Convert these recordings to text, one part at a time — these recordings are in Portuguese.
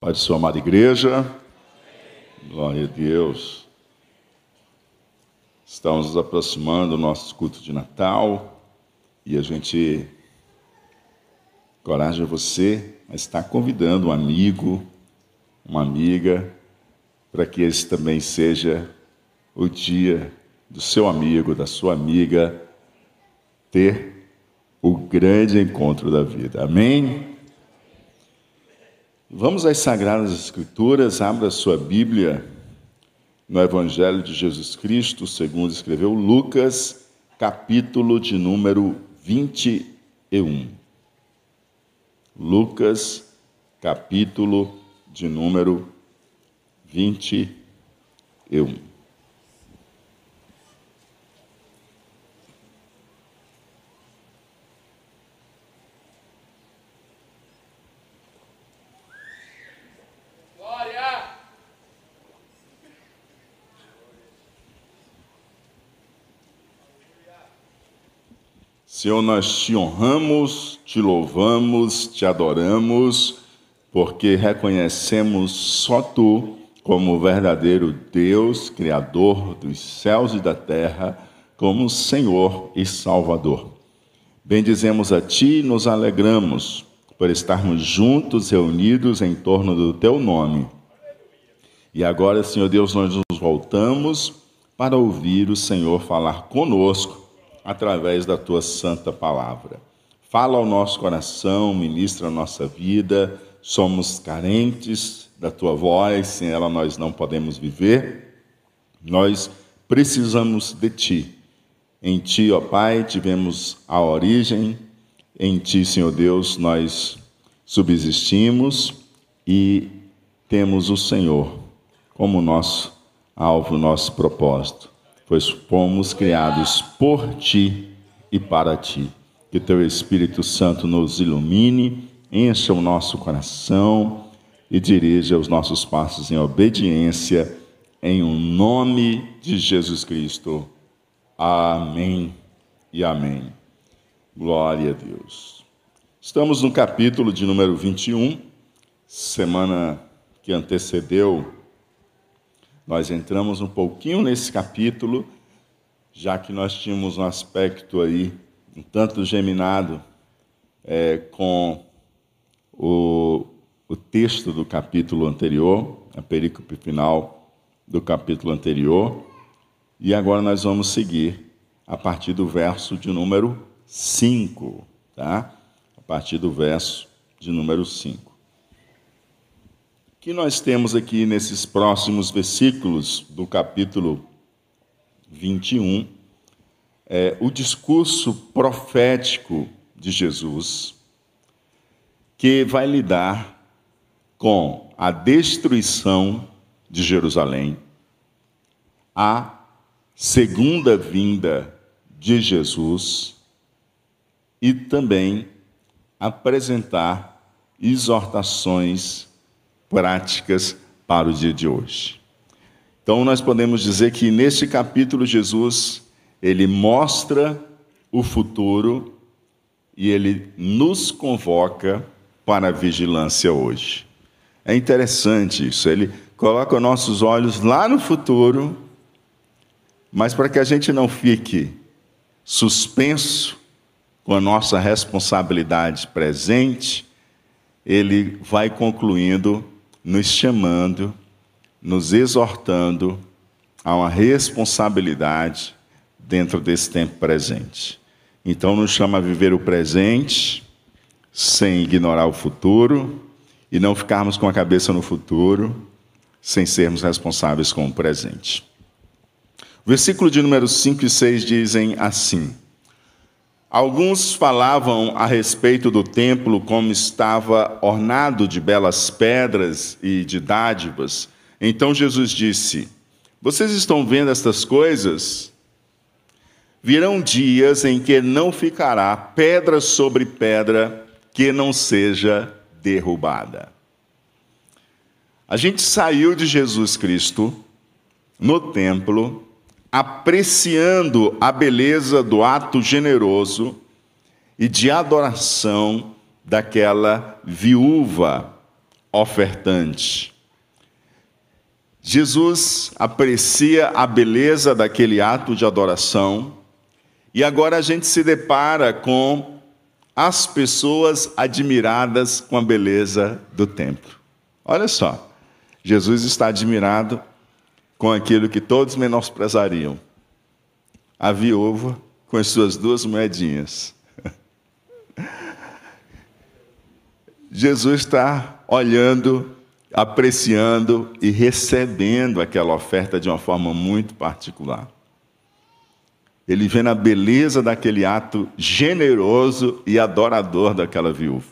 Pai de sua amada igreja, glória a Deus. Estamos nos aproximando do nosso culto de Natal e a gente encoraja você a estar convidando um amigo, uma amiga, para que esse também seja o dia do seu amigo, da sua amiga, ter o grande encontro da vida. Amém? Vamos às Sagradas Escrituras, abra sua Bíblia no Evangelho de Jesus Cristo, segundo escreveu Lucas, capítulo de número 21. Lucas, capítulo de número 21. Senhor, nós te honramos, te louvamos, te adoramos, porque reconhecemos só Tu como o verdadeiro Deus, Criador dos céus e da terra, como Senhor e Salvador. Bendizemos a Ti e nos alegramos por estarmos juntos, reunidos em torno do Teu nome. E agora, Senhor Deus, nós nos voltamos para ouvir o Senhor falar conosco, através da Tua santa palavra. Fala ao nosso coração, ministra a nossa vida, somos carentes da Tua voz, sem ela nós não podemos viver, nós precisamos de Ti. Em Ti, ó Pai, tivemos a origem, em Ti, Senhor Deus, nós subsistimos e temos o Senhor como nosso alvo, nosso propósito. Pois fomos criados por Ti e para Ti. Que Teu Espírito Santo nos ilumine, encha o nosso coração e dirija os nossos passos em obediência, em o nome de Jesus Cristo. Amém e amém. Glória a Deus. Estamos no capítulo de número 21, semana que antecedeu. Nós entramos um pouquinho nesse capítulo, já que nós tínhamos um aspecto aí um tanto geminado com o texto do capítulo anterior, a perícope final do capítulo anterior, e agora nós vamos seguir a partir do verso de número 5, tá? A partir do verso de número 5. O que nós temos aqui nesses próximos versículos do capítulo 21 é o discurso profético de Jesus, que vai lidar com a destruição de Jerusalém, a segunda vinda de Jesus e também apresentar exortações práticas para o dia de hoje. Então, nós podemos dizer que neste capítulo Jesus, ele mostra o futuro e ele nos convoca para a vigilância hoje. É interessante isso, ele coloca nossos olhos lá no futuro, mas para que a gente não fique suspenso com a nossa responsabilidade presente, ele vai concluindo nos chamando, nos exortando a uma responsabilidade dentro desse tempo presente. Então, nos chama a viver o presente, sem ignorar o futuro, e não ficarmos com a cabeça no futuro, sem sermos responsáveis com o presente. O versículo de número 5 e 6 dizem assim: Alguns falavam a respeito do templo como estava ornado de belas pedras e de dádivas. Então Jesus disse: Vocês estão vendo estas coisas? Virão dias em que não ficará pedra sobre pedra que não seja derrubada. A gente saiu de Jesus Cristo no templo, apreciando a beleza do ato generoso e de adoração daquela viúva ofertante. Jesus aprecia a beleza daquele ato de adoração e agora a gente se depara com as pessoas admiradas com a beleza do templo. Olha só, Jesus está admirado com aquilo que todos menosprezariam. A viúva com as suas 2 moedinhas. Jesus está olhando, apreciando e recebendo aquela oferta de uma forma muito particular. Ele vê na beleza daquele ato generoso e adorador daquela viúva.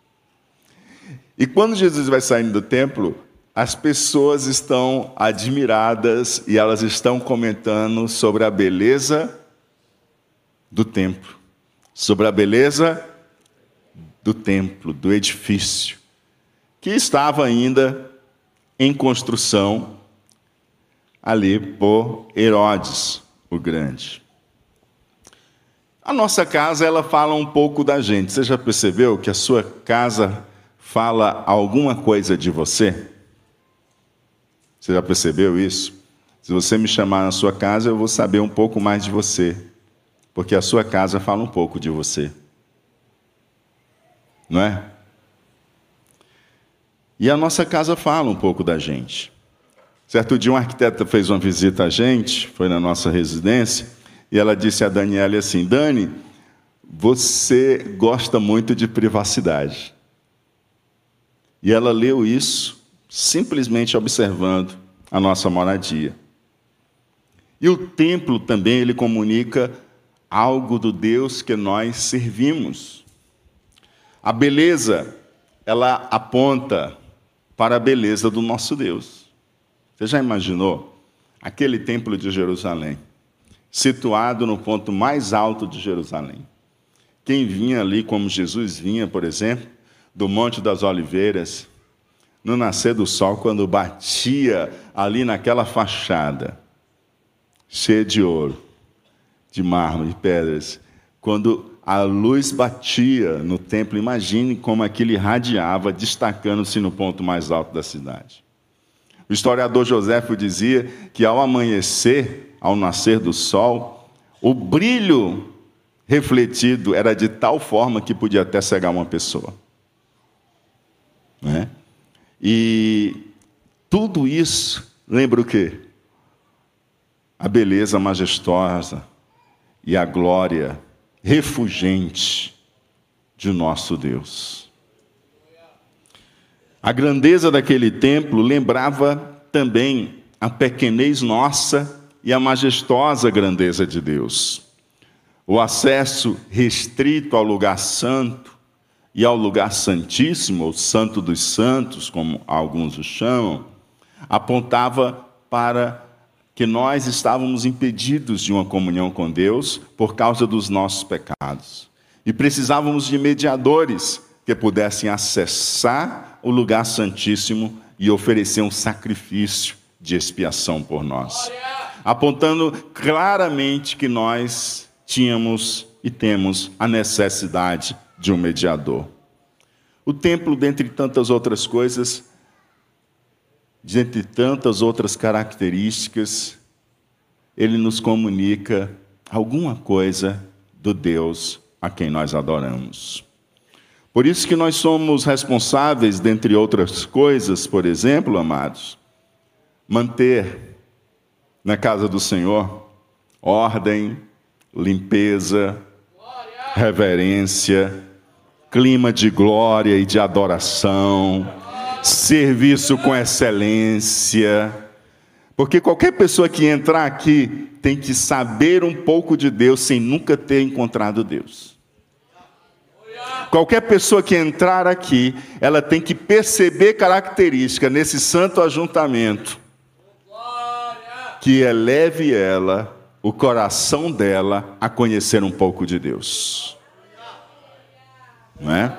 E quando Jesus vai saindo do templo, as pessoas estão admiradas e elas estão comentando sobre a beleza do templo, sobre a beleza do templo, do edifício, que estava ainda em construção ali por Herodes o Grande. A nossa casa, ela fala um pouco da gente. Você já percebeu que a sua casa fala alguma coisa de você? Você já percebeu isso? Se você me chamar na sua casa, eu vou saber um pouco mais de você, porque a sua casa fala um pouco de você. Não é? E a nossa casa fala um pouco da gente. Certo dia, um arquiteto fez uma visita a gente, foi na nossa residência, e ela disse a Daniela assim: Dani, você gosta muito de privacidade. E ela leu isso simplesmente observando a nossa moradia. E o templo também, ele comunica algo do Deus que nós servimos. A beleza, ela aponta para a beleza do nosso Deus. Você já imaginou aquele templo de Jerusalém, situado no ponto mais alto de Jerusalém? Quem vinha ali, como Jesus vinha, por exemplo, do Monte das Oliveiras, no nascer do sol, quando batia ali naquela fachada, cheia de ouro, de mármore, de pedras, quando a luz batia no templo, imagine como aquilo irradiava, destacando-se no ponto mais alto da cidade. O historiador Joséfo dizia que ao amanhecer, ao nascer do sol, o brilho refletido era de tal forma que podia até cegar uma pessoa. Né? E tudo isso lembra o quê? A beleza majestosa e a glória refulgente de nosso Deus. A grandeza daquele templo lembrava também a pequenez nossa e a majestosa grandeza de Deus. O acesso restrito ao lugar santo e ao lugar santíssimo, ou santo dos santos, como alguns o chamam, apontava para que nós estávamos impedidos de uma comunhão com Deus por causa dos nossos pecados. E precisávamos de mediadores que pudessem acessar o lugar santíssimo e oferecer um sacrifício de expiação por nós. Apontando claramente que nós tínhamos e temos a necessidade de um mediador. O templo, dentre tantas outras coisas, dentre tantas outras características, ele nos comunica alguma coisa do Deus a quem nós adoramos. Por isso que nós somos responsáveis, dentre outras coisas, por exemplo, amados, manter na casa do Senhor ordem, limpeza, reverência, clima de glória e de adoração, serviço com excelência. Porque qualquer pessoa que entrar aqui tem que saber um pouco de Deus sem nunca ter encontrado Deus. Qualquer pessoa que entrar aqui, ela tem que perceber característica nesse santo ajuntamento que eleve ela, o coração dela, a conhecer um pouco de Deus. Não é?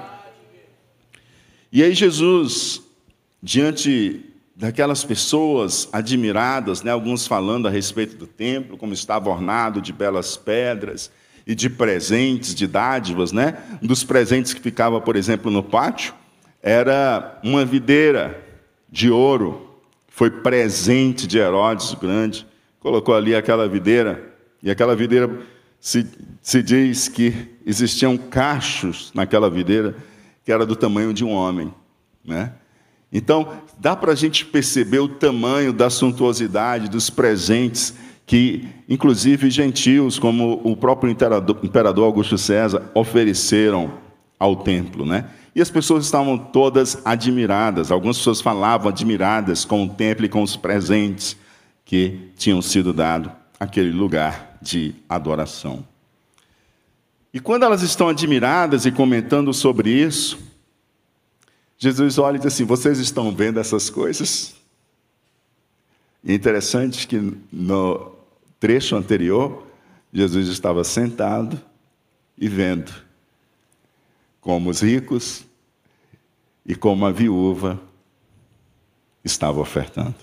E aí Jesus, diante daquelas pessoas admiradas, né, alguns falando a respeito do templo, como estava ornado de belas pedras e de presentes, de dádivas, né? Um dos presentes que ficava, por exemplo, no pátio, era uma videira de ouro, foi presente de Herodes o Grande, colocou ali aquela videira, e aquela videira se diz que existiam cachos naquela videira que era do tamanho de um homem, né? Então, dá para a gente perceber o tamanho da suntuosidade dos presentes que, inclusive, gentios, como o próprio imperador Augusto César, ofereceram ao templo, né? E as pessoas estavam todas admiradas, algumas pessoas falavam admiradas com o templo e com os presentes que tinham sido dados àquele lugar de adoração. E quando elas estão admiradas e comentando sobre isso, Jesus olha e diz assim: vocês estão vendo essas coisas? E é interessante que no trecho anterior, Jesus estava sentado e vendo como os ricos e como a viúva estavam ofertando.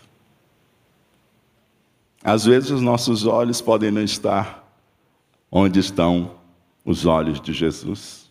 Às vezes os nossos olhos podem não estar onde estão os olhos de Jesus.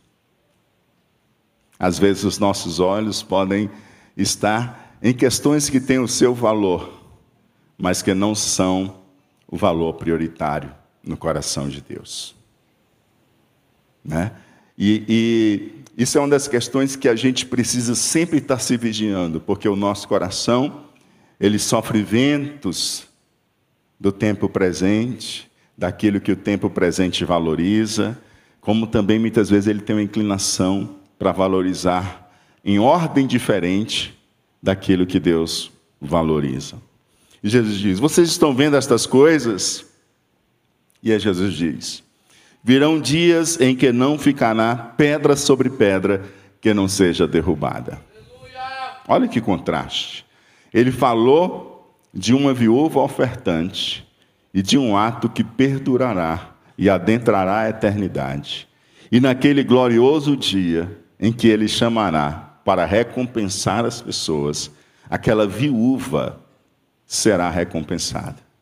Às vezes os nossos olhos podem estar em questões que têm o seu valor, mas que não são o valor prioritário no coração de Deus, né? E isso é uma das questões que a gente precisa sempre estar se vigiando, porque o nosso coração, ele sofre ventos do tempo presente, daquilo que o tempo presente valoriza, como também muitas vezes ele tem uma inclinação para valorizar em ordem diferente daquilo que Deus valoriza. E Jesus diz: vocês estão vendo estas coisas? E aí Jesus diz: virão dias em que não ficará pedra sobre pedra que não seja derrubada. Olha que contraste. Ele falou de uma viúva ofertante e de um ato que perdurará e adentrará a eternidade. E naquele glorioso dia em que ele chamará para recompensar as pessoas, aquela viúva será recompensada.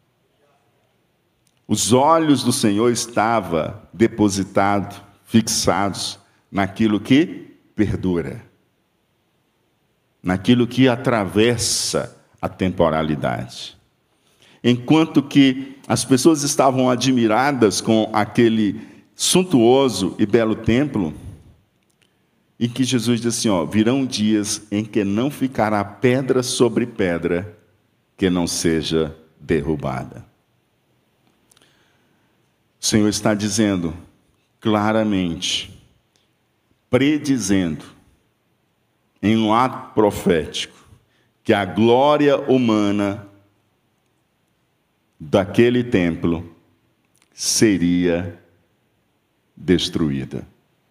Os olhos do Senhor estavam depositados, fixados naquilo que perdura, naquilo que atravessa a temporalidade. Enquanto que as pessoas estavam admiradas com aquele suntuoso e belo templo, em que Jesus diz assim: virão dias em que não ficará pedra sobre pedra que não seja derrubada. O Senhor está dizendo claramente, predizendo, em um ato profético, que a glória humana daquele templo seria destruída.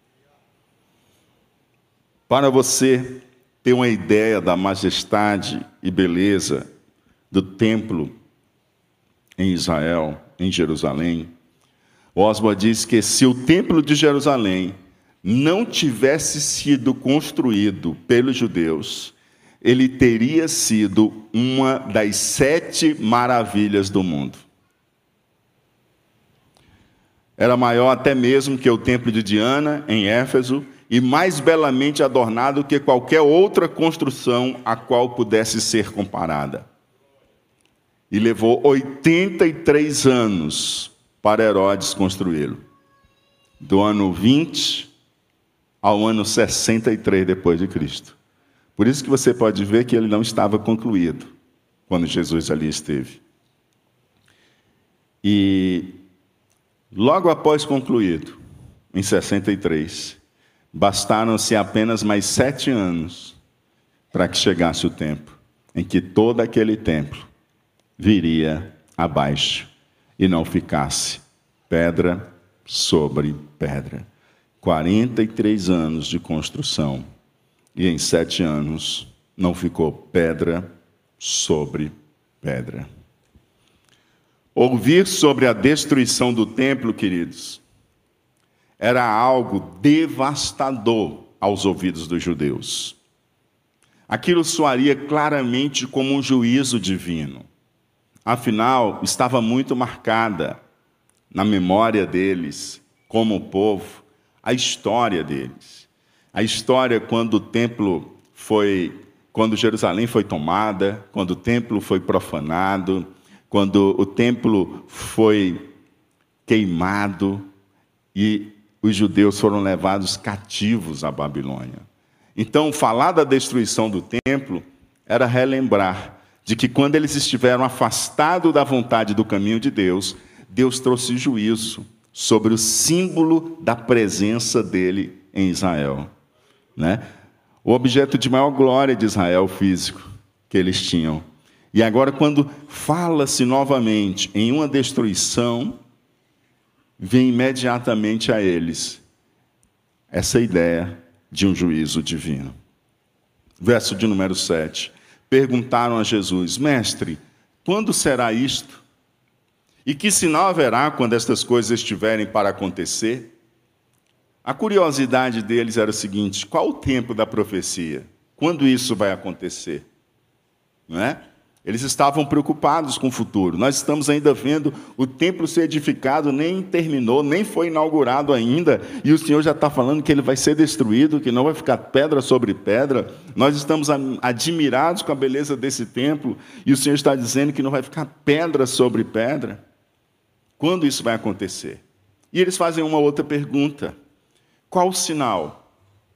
Para você ter uma ideia da majestade e beleza do templo em Israel, em Jerusalém, Oswald diz que se o templo de Jerusalém não tivesse sido construído pelos judeus, ele teria sido uma das 7 maravilhas do mundo. Era maior até mesmo que o templo de Diana, em Éfeso, e mais belamente adornado que qualquer outra construção a qual pudesse ser comparada. E levou 83 anos para Herodes construí-lo, do ano 20 ao ano 63 depois de Cristo. Por isso que você pode ver que ele não estava concluído quando Jesus ali esteve. E logo após concluído, em 63, bastaram-se apenas mais 7 anos para que chegasse o tempo em que todo aquele templo viria abaixo e não ficasse pedra sobre pedra. 43 anos de construção, e em 7 anos não ficou pedra sobre pedra. Ouvir sobre a destruição do templo, queridos, era algo devastador aos ouvidos dos judeus. Aquilo soaria claramente como um juízo divino. Afinal, estava muito marcada na memória deles, como povo, a história deles. A história quando o templo quando Jerusalém foi tomada, quando o templo foi profanado, quando o templo foi queimado e os judeus foram levados cativos à Babilônia. Então, falar da destruição do templo era relembrar de que quando eles estiveram afastados da vontade do caminho de Deus, Deus trouxe juízo sobre o símbolo da presença dele em Israel, né? O objeto de maior glória de Israel físico que eles tinham. E agora, quando fala-se novamente em uma destruição, vem imediatamente a eles essa ideia de um juízo divino. Verso de número 7. Perguntaram a Jesus: Mestre, quando será isto? E que sinal haverá quando estas coisas estiverem para acontecer? A curiosidade deles era o seguinte: qual o tempo da profecia? Quando isso vai acontecer? Não é? Eles estavam preocupados com o futuro. Nós estamos ainda vendo o templo ser edificado, nem terminou, nem foi inaugurado ainda, e o Senhor já está falando que ele vai ser destruído, que não vai ficar pedra sobre pedra. Nós estamos admirados com a beleza desse templo, e o Senhor está dizendo que não vai ficar pedra sobre pedra. Quando isso vai acontecer? E eles fazem uma outra pergunta: qual o sinal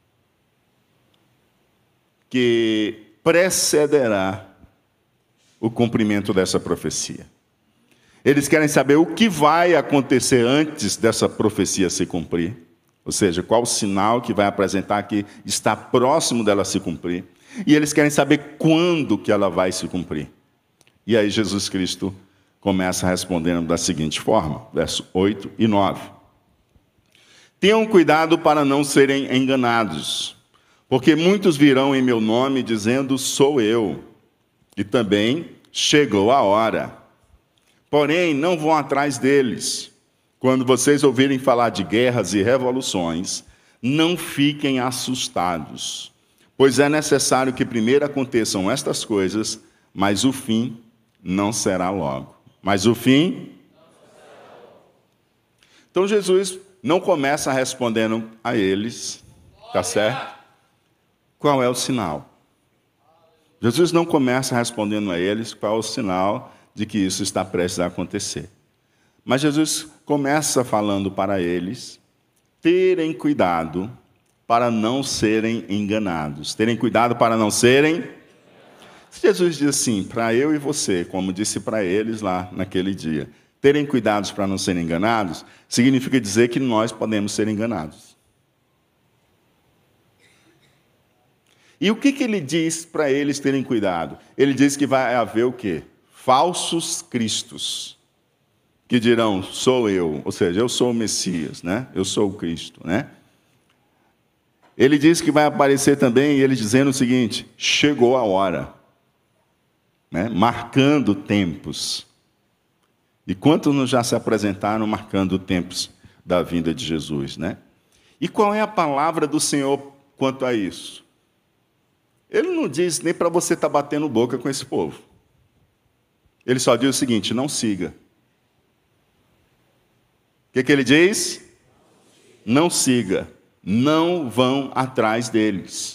que precederá o cumprimento dessa profecia? Eles querem saber o que vai acontecer antes dessa profecia se cumprir. Ou seja, qual o sinal que vai apresentar que está próximo dela se cumprir. E eles querem saber quando que ela vai se cumprir. E aí Jesus Cristo começa respondendo da seguinte forma, verso 8 e 9. Tenham cuidado para não serem enganados, porque muitos virão em meu nome dizendo: sou eu. E também chegou a hora. Porém, não vão atrás deles. Quando vocês ouvirem falar de guerras e revoluções, não fiquem assustados, pois é necessário que primeiro aconteçam estas coisas, mas o fim não será logo. Mas o fim... Então Jesus não começa respondendo a eles, tá certo? Qual é o sinal? Jesus não começa respondendo a eles qual é o sinal de que isso está prestes a acontecer. Mas Jesus começa falando para eles terem cuidado para não serem enganados. Terem cuidado para não serem... Se Jesus diz assim, para eu e você, como disse para eles lá naquele dia, terem cuidado para não serem enganados, significa dizer que nós podemos ser enganados. E o que ele diz para eles terem cuidado? Ele diz que vai haver o quê? Falsos cristos, que dirão: sou eu, ou seja, eu sou o Messias, né? Eu sou o Cristo, né? Ele diz que vai aparecer também, ele dizendo o seguinte: chegou a hora, né? Marcando tempos. E quantos já se apresentaram marcando tempos da vinda de Jesus, né? E qual é a palavra do Senhor quanto a isso? Ele não diz nem para você estar batendo boca com esse povo. Ele só diz o seguinte: não siga. O que ele diz? Não siga. Não vão atrás deles.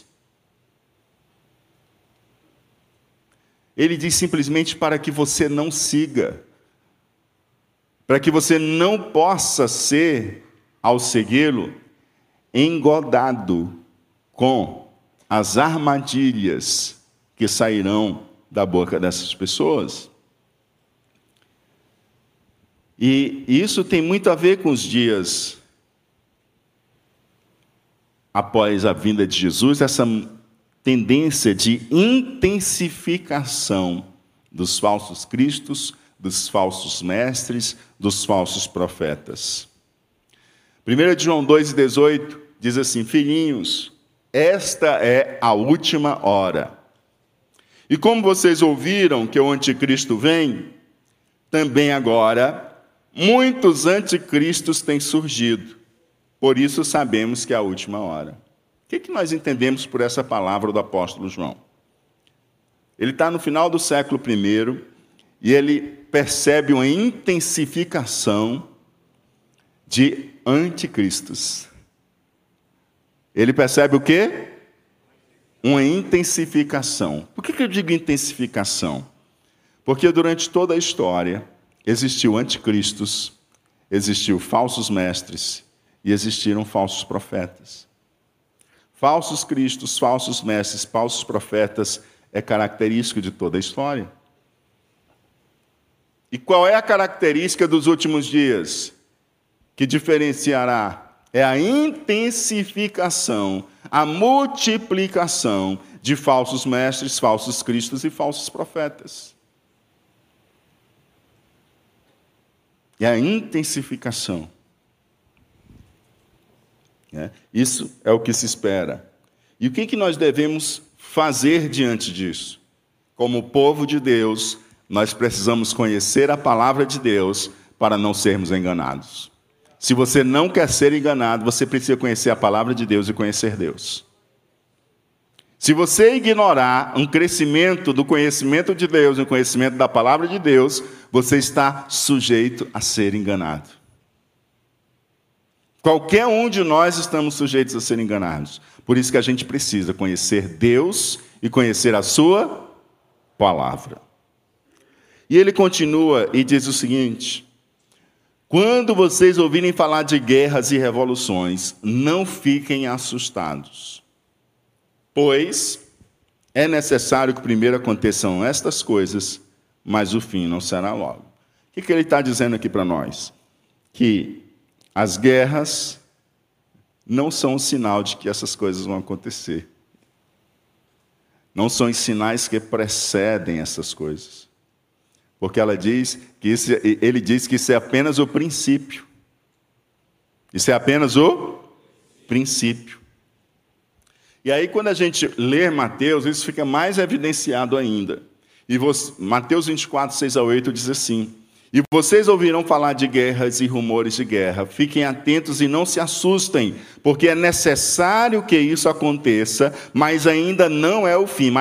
Ele diz simplesmente para que você não siga. Para que você não possa ser, ao segui-lo, engodado com as armadilhas que sairão da boca dessas pessoas. E isso tem muito a ver com os dias após a vinda de Jesus, essa tendência de intensificação dos falsos cristos, dos falsos mestres, dos falsos profetas. 1 João 2,18 diz assim: filhinhos, esta é a última hora. E como vocês ouviram que o anticristo vem, também agora muitos anticristos têm surgido. Por isso sabemos que é a última hora. O que nós entendemos por essa palavra do apóstolo João? Ele está no final do século I e ele percebe uma intensificação de anticristos. Ele percebe o quê? uma intensificação. Por que eu digo intensificação? Porque durante toda a história existiu anticristos, existiu falsos mestres e existiram falsos profetas. Falsos cristos, falsos mestres, falsos profetas é característico de toda a história. E qual é a característica dos últimos dias que diferenciará? É a intensificação, a multiplicação de falsos mestres, falsos cristos e falsos profetas. É a intensificação. Isso é o que se espera. E o que nós devemos fazer diante disso? Como povo de Deus, nós precisamos conhecer a palavra de Deus para não sermos enganados. Se você não quer ser enganado, você precisa conhecer a palavra de Deus e conhecer Deus. Se você ignorar um crescimento do conhecimento de Deus e o conhecimento da palavra de Deus, você está sujeito a ser enganado. Qualquer um de nós estamos sujeitos a ser enganados. Por isso que a gente precisa conhecer Deus e conhecer a sua palavra. E ele continua e diz o seguinte: quando vocês ouvirem falar de guerras e revoluções, não fiquem assustados, pois é necessário que primeiro aconteçam estas coisas, mas o fim não será logo. O que ele está dizendo aqui para nós? Que as guerras não são um sinal de que essas coisas vão acontecer. Não são os sinais que precedem essas coisas. Porque ele diz que isso é apenas o princípio. Isso é apenas o princípio. E aí, quando a gente lê Mateus, isso fica mais evidenciado ainda. E Mateus 24, 6-8 diz assim: e vocês ouvirão falar de guerras e rumores de guerra. Fiquem atentos e não se assustem, porque é necessário que isso aconteça, mas ainda não é o fim,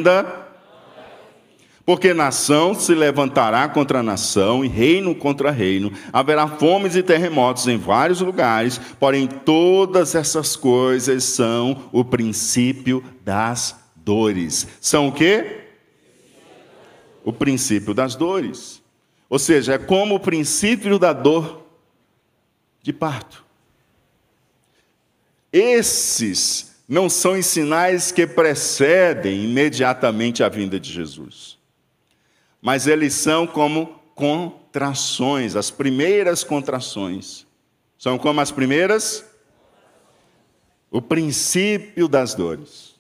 porque nação se levantará contra nação e reino contra reino. Haverá fomes e terremotos em vários lugares, porém todas essas coisas são o princípio das dores. São o quê? O princípio das dores. Ou seja, é como o princípio da dor de parto. Esses não são os sinais que precedem imediatamente a vinda de Jesus. Mas eles são como contrações, as primeiras contrações. São como as primeiras? O princípio das dores.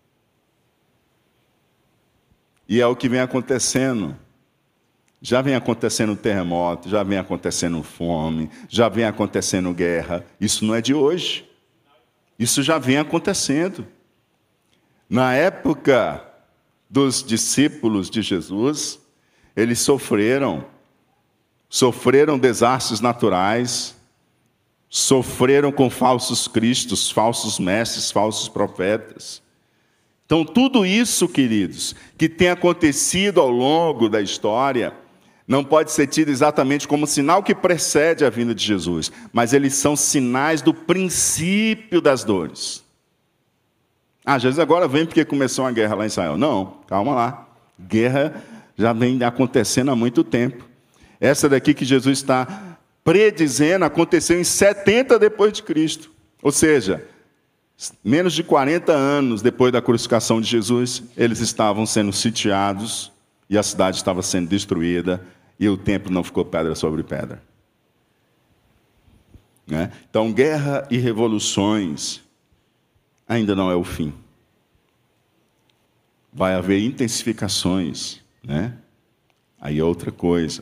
E é o que vem acontecendo. Já vem acontecendo terremoto, já vem acontecendo fome, já vem acontecendo guerra. Isso não é de hoje. Isso já vem acontecendo. Na época dos discípulos de Jesus, eles sofreram desastres naturais, sofreram com falsos cristos, falsos mestres, falsos profetas. Então, tudo isso, queridos, que tem acontecido ao longo da história, não pode ser tido exatamente como sinal que precede a vinda de Jesus, mas eles são sinais do princípio das dores. Jesus agora vem porque começou uma guerra lá em Israel. Não, calma lá. Guerra já vem acontecendo há muito tempo. Essa daqui que Jesus está predizendo aconteceu em 70 depois de Cristo. Ou seja, menos de 40 anos depois da crucificação de Jesus, eles estavam sendo sitiados e a cidade estava sendo destruída e o templo não ficou pedra sobre pedra. Então, guerra e revoluções ainda não é o fim. Vai haver intensificações, Aí é outra coisa.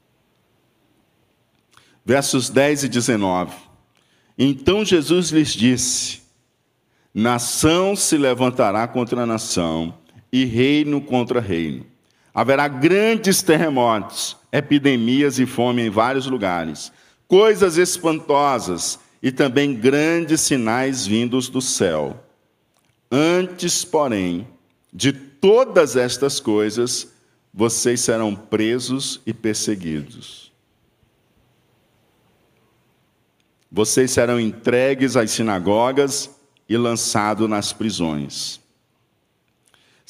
Versos 10 e 19. Então Jesus lhes disse: nação se levantará contra nação e reino contra reino. Haverá grandes terremotos, epidemias e fome em vários lugares, coisas espantosas e também grandes sinais vindos do céu. Antes, porém, de todas estas coisas, vocês serão presos e perseguidos. Vocês serão entregues às sinagogas e lançados nas prisões.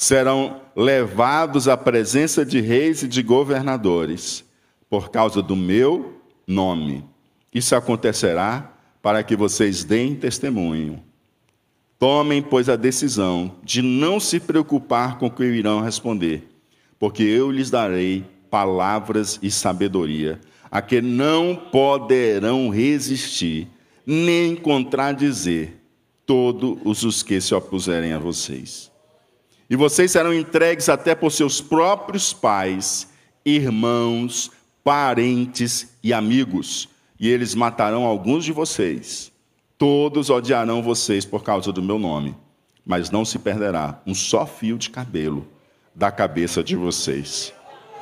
serão levados à presença de reis e de governadores, por causa do meu nome. Isso acontecerá para que vocês deem testemunho. Tomem, pois, a decisão de não se preocupar com o que irão responder, porque eu lhes darei palavras e sabedoria, a que não poderão resistir, nem contradizer todos os que se opuserem a vocês. E vocês serão entregues até por seus próprios pais, irmãos, parentes e amigos, e eles matarão alguns de vocês. Todos odiarão vocês por causa do meu nome, mas não se perderá um só fio de cabelo da cabeça de vocês.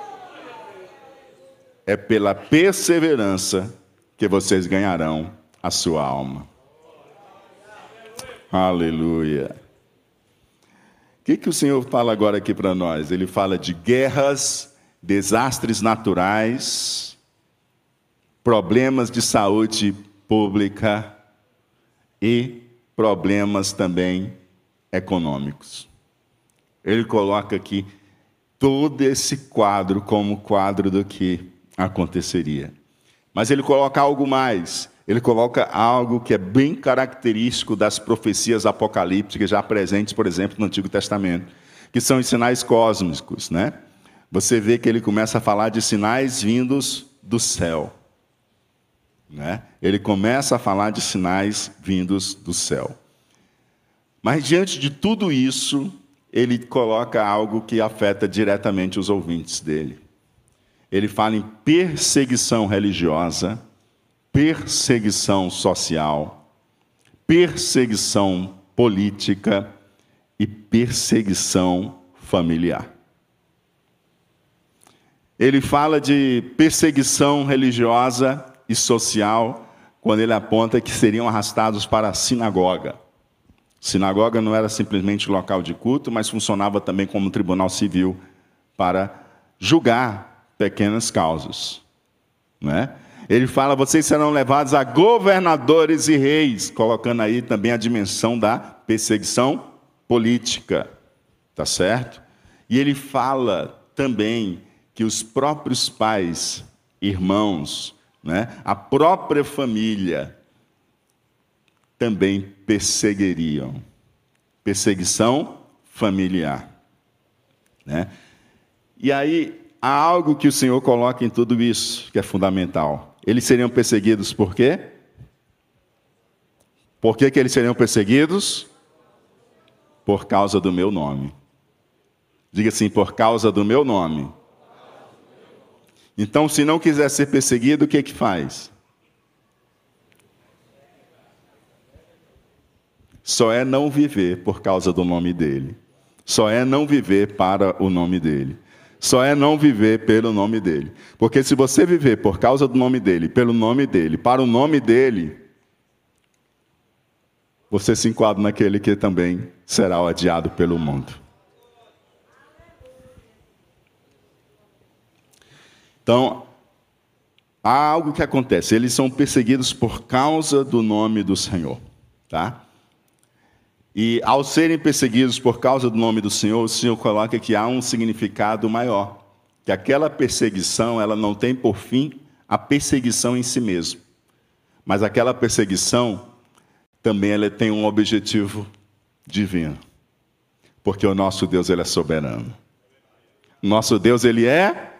É pela perseverança que vocês ganharão a sua alma. Aleluia. O que o Senhor fala agora aqui para nós? Ele fala de guerras, desastres naturais, problemas de saúde pública e problemas também econômicos. Ele coloca aqui todo esse quadro como quadro do que aconteceria. Mas ele coloca algo mais. Ele coloca algo que é bem característico das profecias apocalípticas já presentes, por exemplo, no Antigo Testamento, que são os sinais cósmicos, né? Você vê que ele começa a falar de sinais vindos do céu, né? Ele começa a falar de sinais vindos do céu. Mas diante de tudo isso, ele coloca algo que afeta diretamente os ouvintes dele. Ele fala em perseguição religiosa, perseguição social, perseguição política e perseguição familiar. Ele fala de perseguição religiosa e social quando ele aponta que seriam arrastados para a sinagoga. Sinagoga não era simplesmente local de culto, mas funcionava também como tribunal civil para julgar pequenas causas, não é? Ele fala, vocês serão levados a governadores e reis, colocando aí também a dimensão da perseguição política, tá certo? E ele fala também que os próprios pais, irmãos, né, a própria família também perseguiriam. Perseguição familiar, né? E aí há algo que o Senhor coloca em tudo isso, que é fundamental. Eles seriam perseguidos por quê? Por que eles seriam perseguidos? Por causa do meu nome. Diga assim, por causa do meu nome. Então, se não quiser ser perseguido, o que faz? Só é não viver por causa do nome dele. Só é não viver para o nome dele. Só é não viver pelo nome dele. Porque se você viver por causa do nome dele, pelo nome dele, para o nome dele, você se enquadra naquele que também será odiado pelo mundo. Então, há algo que acontece. Eles são perseguidos por causa do nome do Senhor, tá? E ao serem perseguidos por causa do nome do Senhor, o Senhor coloca que há um significado maior. Que aquela perseguição, ela não tem por fim a perseguição em si mesmo. Mas aquela perseguição, também ela tem um objetivo divino. Porque o nosso Deus, ele é soberano. O nosso Deus, ele é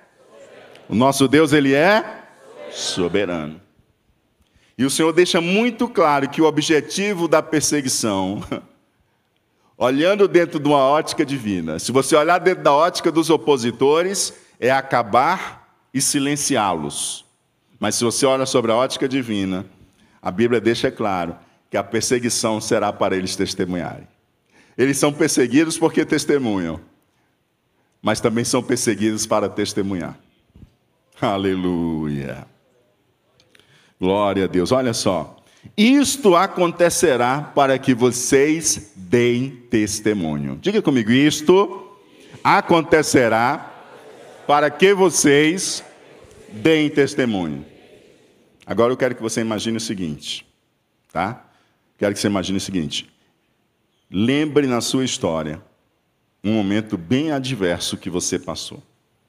soberano. E o Senhor deixa muito claro que o objetivo da perseguição, olhando dentro de uma ótica divina, se você olhar dentro da ótica dos opositores, é acabar e silenciá-los. Mas se você olha sobre a ótica divina, a Bíblia deixa claro que a perseguição será para eles testemunharem. Eles são perseguidos porque testemunham, mas também são perseguidos para testemunhar. Aleluia. Glória a Deus. Olha só. Isto acontecerá para que vocês deem testemunho. Diga comigo, isto acontecerá para que vocês deem testemunho. Agora eu quero que você imagine o seguinte, tá? Quero que você imagine o seguinte. Lembre na sua história um momento bem adverso que você passou.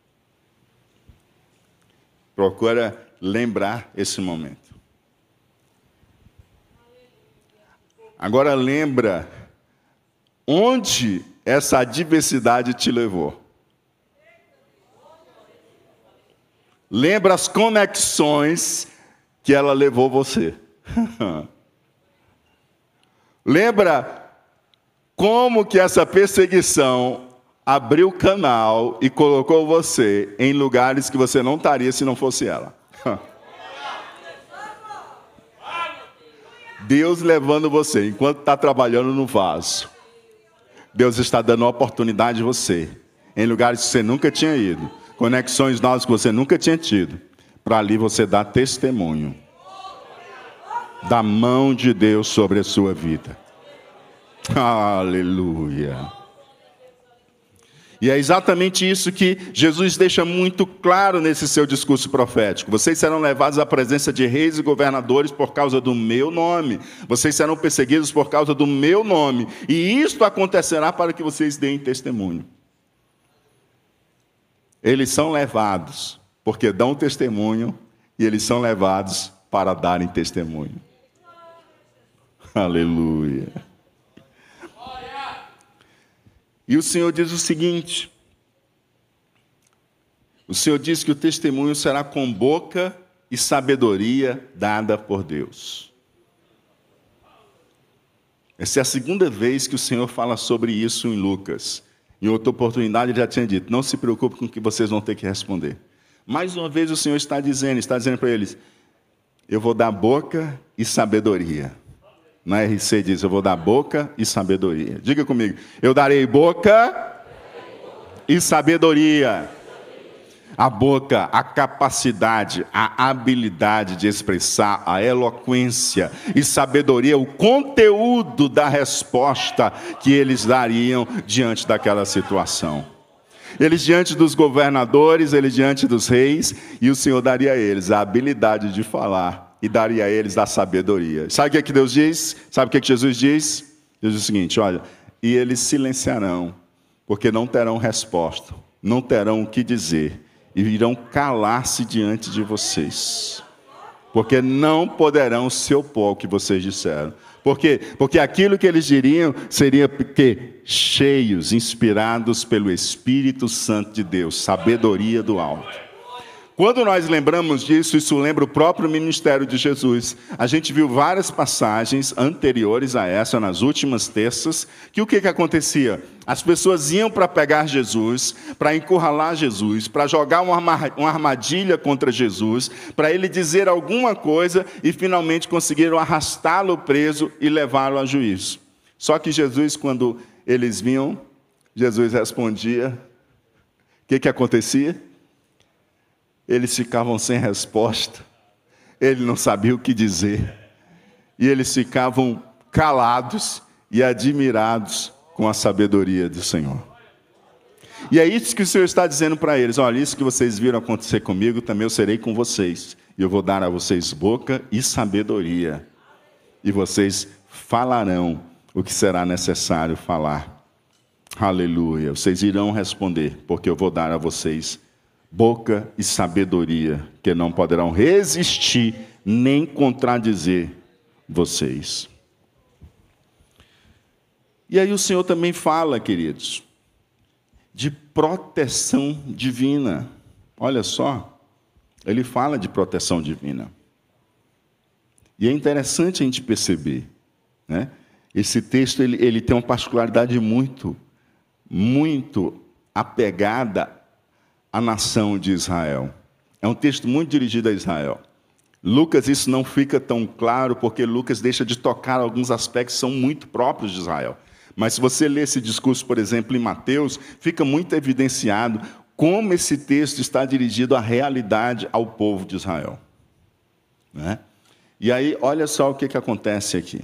Procura lembrar esse momento. Agora lembra onde essa adversidade te levou. Lembra as conexões que ela levou você. Lembra como que essa perseguição abriu canal e colocou você em lugares que você não estaria se não fosse ela. Deus levando você, enquanto está trabalhando no vaso. Deus está dando oportunidade de você, em lugares que você nunca tinha ido. Conexões novas que você nunca tinha tido. Para ali você dar testemunho da mão de Deus sobre a sua vida. Aleluia. E é exatamente isso que Jesus deixa muito claro nesse seu discurso profético. Vocês serão levados à presença de reis e governadores por causa do meu nome. Vocês serão perseguidos por causa do meu nome. E isto acontecerá para que vocês deem testemunho. Eles são levados porque dão testemunho e eles são levados para darem testemunho. Aleluia. E o Senhor diz o seguinte: o Senhor diz que o testemunho será com boca e sabedoria dada por Deus. Essa é a segunda vez que o Senhor fala sobre isso em Lucas. Em outra oportunidade ele já tinha dito: não se preocupe com o que vocês vão ter que responder. Mais uma vez o Senhor está dizendo para eles: eu vou dar boca e sabedoria. Na RC diz: eu vou dar boca e sabedoria. Diga comigo: eu darei boca e sabedoria. A boca, a capacidade, a habilidade de expressar, a eloquência, e sabedoria, o conteúdo da resposta que eles dariam diante daquela situação. Eles diante dos governadores, eles diante dos reis, e o Senhor daria a eles a habilidade de falar e daria a eles a sabedoria. Sabe o que Deus diz? Sabe o que Jesus diz? Deus diz o seguinte: olha, e eles silenciarão, porque não terão resposta, não terão o que dizer, e irão calar-se diante de vocês, porque não poderão se opor ao que vocês disseram. Por quê? Porque aquilo que eles diriam seria porque cheios, inspirados pelo Espírito Santo de Deus, sabedoria do alto. Quando nós lembramos disso, isso lembra o próprio ministério de Jesus. A gente viu várias passagens anteriores a essa, nas últimas terças, que o que acontecia? As pessoas iam para pegar Jesus, para encurralar Jesus, para jogar uma armadilha contra Jesus, para ele dizer alguma coisa e finalmente conseguiram arrastá-lo preso e levá-lo a juízo. Só que Jesus, quando eles vinham, Jesus respondia. O que acontecia? Eles ficavam sem resposta, ele não sabia o que dizer, e eles ficavam calados e admirados com a sabedoria do Senhor. E é isso que o Senhor está dizendo para eles: olha, isso que vocês viram acontecer comigo, também eu serei com vocês, e eu vou dar a vocês boca e sabedoria, e vocês falarão o que será necessário falar. Aleluia. Vocês irão responder, porque eu vou dar a vocês boca e sabedoria, que não poderão resistir nem contradizer vocês. E aí o Senhor também fala, queridos, de proteção divina. Olha só, ele fala de proteção divina. E é interessante a gente perceber, né? Esse texto ele tem uma particularidade muito apegada a nação de Israel. É um texto muito dirigido a Israel. Lucas, isso não fica tão claro, porque Lucas deixa de tocar alguns aspectos que são muito próprios de Israel. Mas se você ler esse discurso, por exemplo, em Mateus, fica muito evidenciado como esse texto está dirigido à realidade ao povo de Israel. Né? E aí, olha só o que acontece aqui.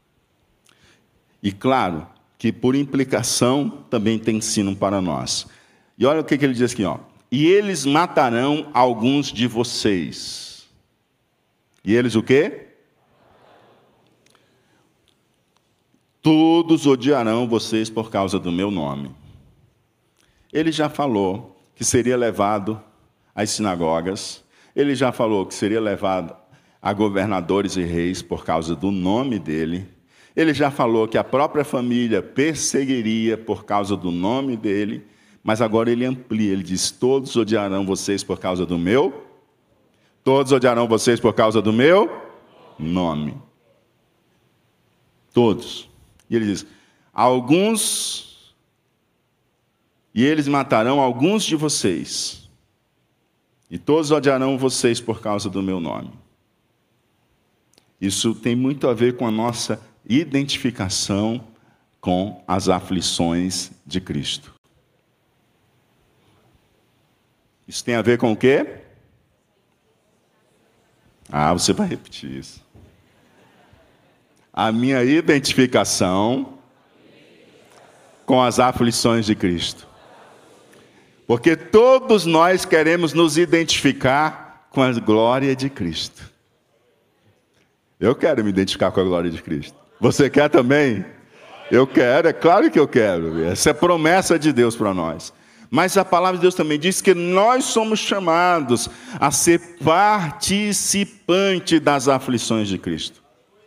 E claro, que por implicação também tem ensino para nós. E olha o que ele diz aqui, ó. E eles matarão alguns de vocês. E eles o quê? Todos odiarão vocês por causa do meu nome. ele já falou que seria levado às sinagogas, ele já falou que seria levado a governadores e reis por causa do nome dele, ele já falou que a própria família perseguiria por causa do nome dele, mas agora ele amplia, ele diz: todos odiarão vocês por causa do meu, todos odiarão vocês por causa do meu nome. Todos. E ele diz: e eles matarão alguns de vocês, e todos odiarão vocês por causa do meu nome. Isso tem muito a ver com a nossa identificação com as aflições de Cristo. Isso tem a ver com o quê? Você vai repetir isso. A minha identificação com as aflições de Cristo. Porque todos nós queremos nos identificar com a glória de Cristo. Eu quero me identificar com a glória de Cristo. Você quer também? Eu quero, é claro que eu quero. Essa é promessa de Deus para nós. Mas a palavra de Deus também diz que nós somos chamados a ser participante das aflições de Cristo.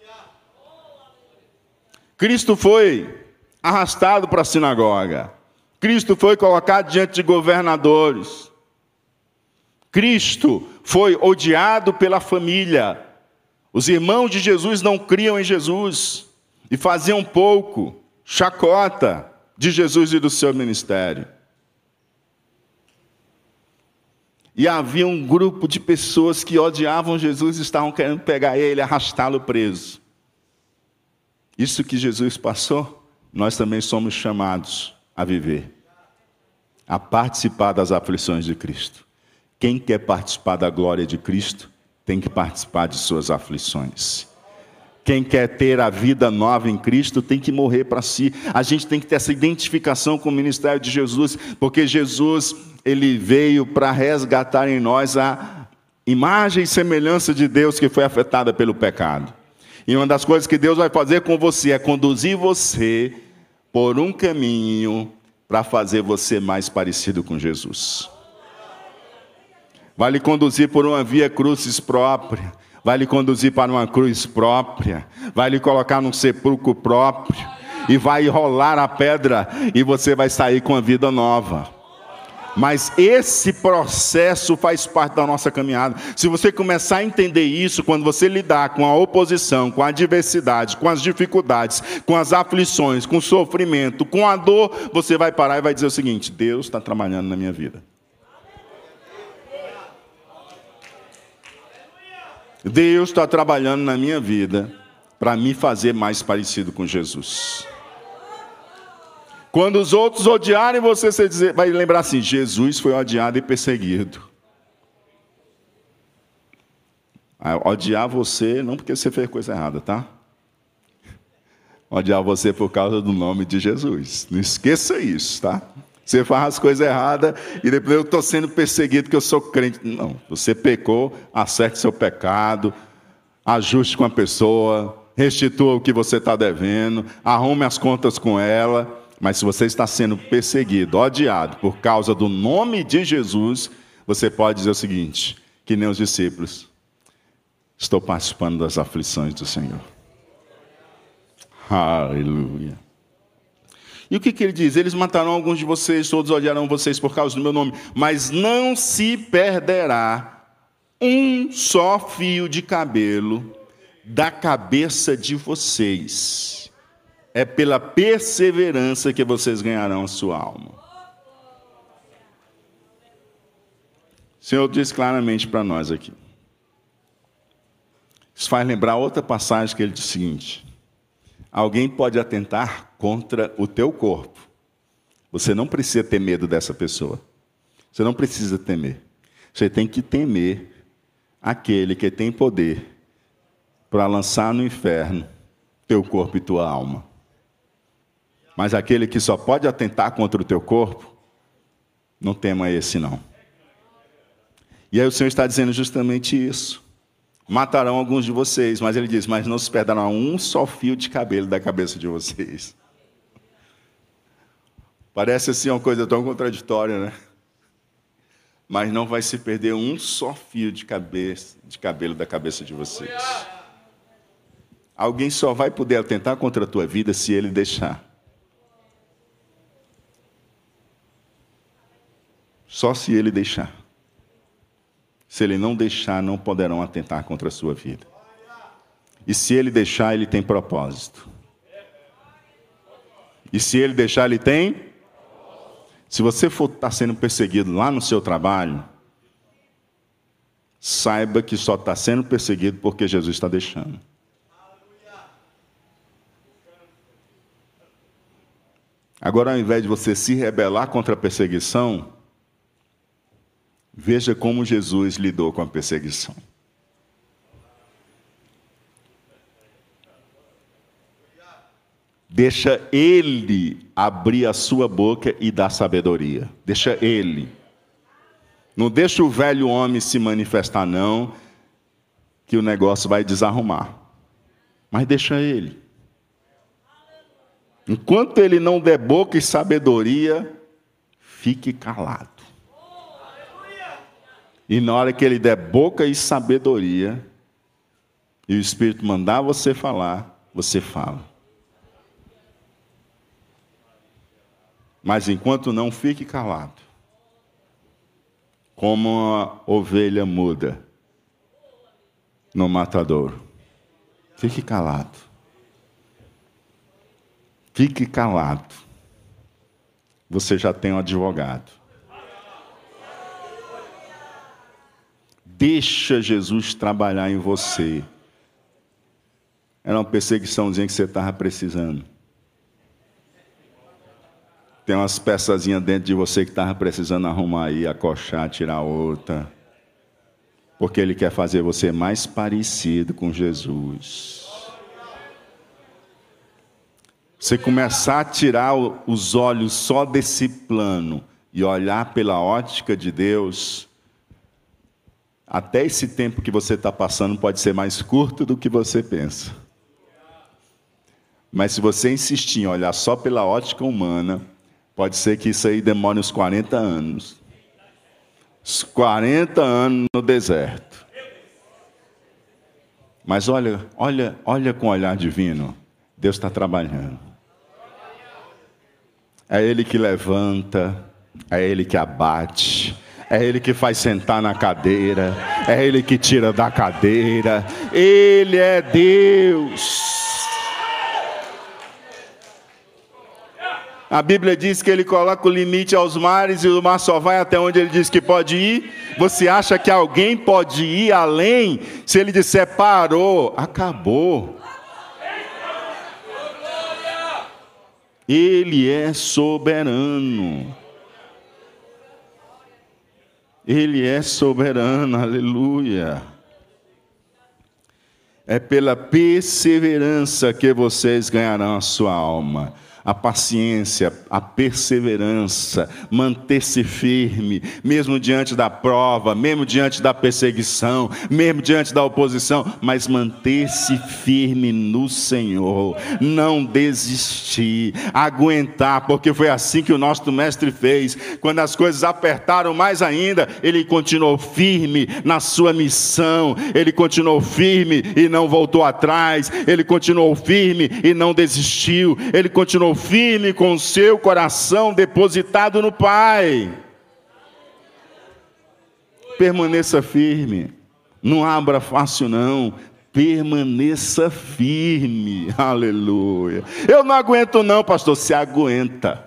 Cristo foi arrastado para a sinagoga. Cristo foi colocado diante de governadores. Cristo foi odiado pela família. Os irmãos de Jesus não criam em Jesus e faziam pouco, chacota de Jesus e do seu ministério. E havia um grupo de pessoas que odiavam Jesus e estavam querendo pegar ele e arrastá-lo preso. Isso que Jesus passou, nós também somos chamados a viver, a participar das aflições de Cristo. Quem quer participar da glória de Cristo, tem que participar de suas aflições. Quem quer ter a vida nova em Cristo, tem que morrer para si. A gente tem que ter essa identificação com o ministério de Jesus, porque Jesus, ele veio para resgatar em nós a imagem e semelhança de Deus que foi afetada pelo pecado. E uma das coisas que Deus vai fazer com você é conduzir você por um caminho para fazer você mais parecido com Jesus. Vai lhe conduzir por uma via crucis própria, vai lhe conduzir para uma cruz própria, vai lhe colocar num sepulcro próprio, e vai rolar a pedra, e você vai sair com a vida nova. Mas esse processo faz parte da nossa caminhada. Se você começar a entender isso, quando você lidar com a oposição, com a adversidade, com as dificuldades, com as aflições, com o sofrimento, com a dor, você vai parar e vai dizer o seguinte: Deus está trabalhando na minha vida. Deus está trabalhando na minha vida para me fazer mais parecido com Jesus. Quando os outros odiarem você, você vai lembrar assim: Jesus foi odiado e perseguido. Odiar você não porque você fez coisa errada, tá? Odiar você por causa do nome de Jesus. Não esqueça isso, tá? Você faz as coisas erradas e depois eu estou sendo perseguido porque eu sou crente. Não, você pecou, acerte seu pecado, ajuste com a pessoa, restitua o que você está devendo, arrume as contas com ela. Mas se você está sendo perseguido, odiado por causa do nome de Jesus, você pode dizer o seguinte, que nem os discípulos: estou participando das aflições do Senhor. Aleluia. E o que ele diz? Eles matarão alguns de vocês, todos odiarão vocês por causa do meu nome, mas não se perderá um só fio de cabelo da cabeça de vocês. É pela perseverança que vocês ganharão a sua alma. O Senhor diz claramente para nós aqui. Isso faz lembrar outra passagem que ele diz o seguinte: alguém pode atentar contra o teu corpo. Você não precisa ter medo dessa pessoa. Você não precisa temer. Você tem que temer aquele que tem poder para lançar no inferno teu corpo e tua alma. Mas aquele que só pode atentar contra o teu corpo, não tema esse não. E aí o Senhor está dizendo justamente isso. Matarão alguns de vocês, mas ele diz: mas não se perderá um só fio de cabelo da cabeça de vocês. O Parece assim uma coisa tão contraditória, né? Mas não vai se perder um só fio de cabelo da cabeça de vocês. Alguém só vai poder atentar contra a tua vida se ele deixar. Só se ele deixar. Se ele não deixar, não poderão atentar contra a sua vida. E se ele deixar, ele tem propósito. E se ele deixar, ele tem? Se você for estar sendo perseguido lá no seu trabalho, saiba que só está sendo perseguido porque Jesus está deixando. Agora, ao invés de você se rebelar contra a perseguição, veja como Jesus lidou com a perseguição. Deixa ele abrir a sua boca e dar sabedoria. Deixa ele. Não deixa o velho homem se manifestar, não, que o negócio vai desarrumar. Mas deixa ele. Enquanto ele não der boca e sabedoria, fique calado. E na hora que ele der boca e sabedoria, e o Espírito mandar você falar, você fala. Mas enquanto não, fique calado. Como uma ovelha muda no matadouro. Fique calado. Fique calado. Você já tem um advogado. Deixa Jesus trabalhar em você. Era uma perseguiçãozinha que você estava precisando. Tem umas peçazinhas dentro de você que estava precisando arrumar aí, acochar, tirar outra. Porque Ele quer fazer você mais parecido com Jesus. Você começar a tirar os olhos só desse plano e olhar pela ótica de Deus, até esse tempo que você está passando pode ser mais curto do que você pensa. Mas se você insistir em olhar só pela ótica humana, pode ser que isso aí demore uns 40 anos. Uns 40 anos no deserto. Mas olha com o olhar divino. Deus está trabalhando. É Ele que levanta, é Ele que abate, é Ele que faz sentar na cadeira, é Ele que tira da cadeira. Ele é Deus. A Bíblia diz que Ele coloca o limite aos mares e o mar só vai até onde Ele diz que pode ir. Você acha que alguém pode ir além? Se Ele disser parou, acabou. Ele é soberano. Ele é soberano, aleluia. É pela perseverança que vocês ganharão a sua alma. A paciência, a perseverança, manter-se firme, mesmo diante da prova, mesmo diante da perseguição, mesmo diante da oposição, mas manter-se firme no Senhor, não desistir, aguentar, porque foi assim que o nosso mestre fez. Quando as coisas apertaram mais ainda, ele continuou firme na sua missão, ele continuou firme e não voltou atrás, ele continuou firme e não desistiu, ele continuou firme com o seu coração depositado no Pai. Permaneça firme. Não abra fácil não. Permaneça firme. Aleluia. Eu não aguento não, pastor. Se aguenta.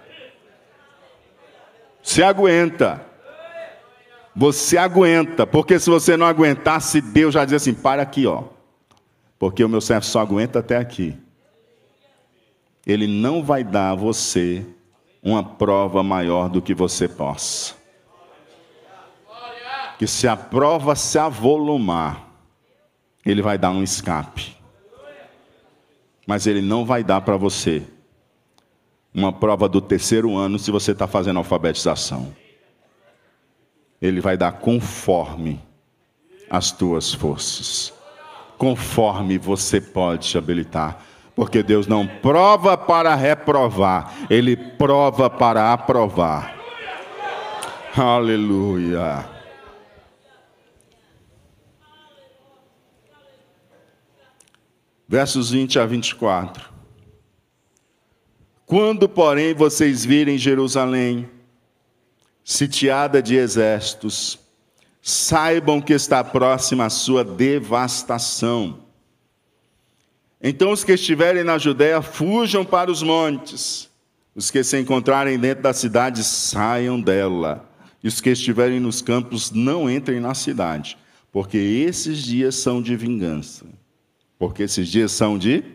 Se aguenta. Você aguenta. Porque se você não aguentasse, Deus já diz assim, para aqui, ó. Porque o meu servo só aguenta até aqui. Ele não vai dar a você uma prova maior do que você possa. Que se a prova se avolumar, Ele vai dar um escape. Mas Ele não vai dar para você uma prova do 3º ano se você está fazendo alfabetização. Ele vai dar conforme as tuas forças. Conforme você pode habilitar. Porque Deus não prova para reprovar, Ele prova para aprovar. Aleluia. Versos 20 a 24. Quando, porém, vocês virem Jerusalém sitiada de exércitos, saibam que está próxima a sua devastação. Então os que estiverem na Judéia fujam para os montes. Os que se encontrarem dentro da cidade saiam dela. E os que estiverem nos campos não entrem na cidade, porque esses dias são de vingança. Porque esses dias são de...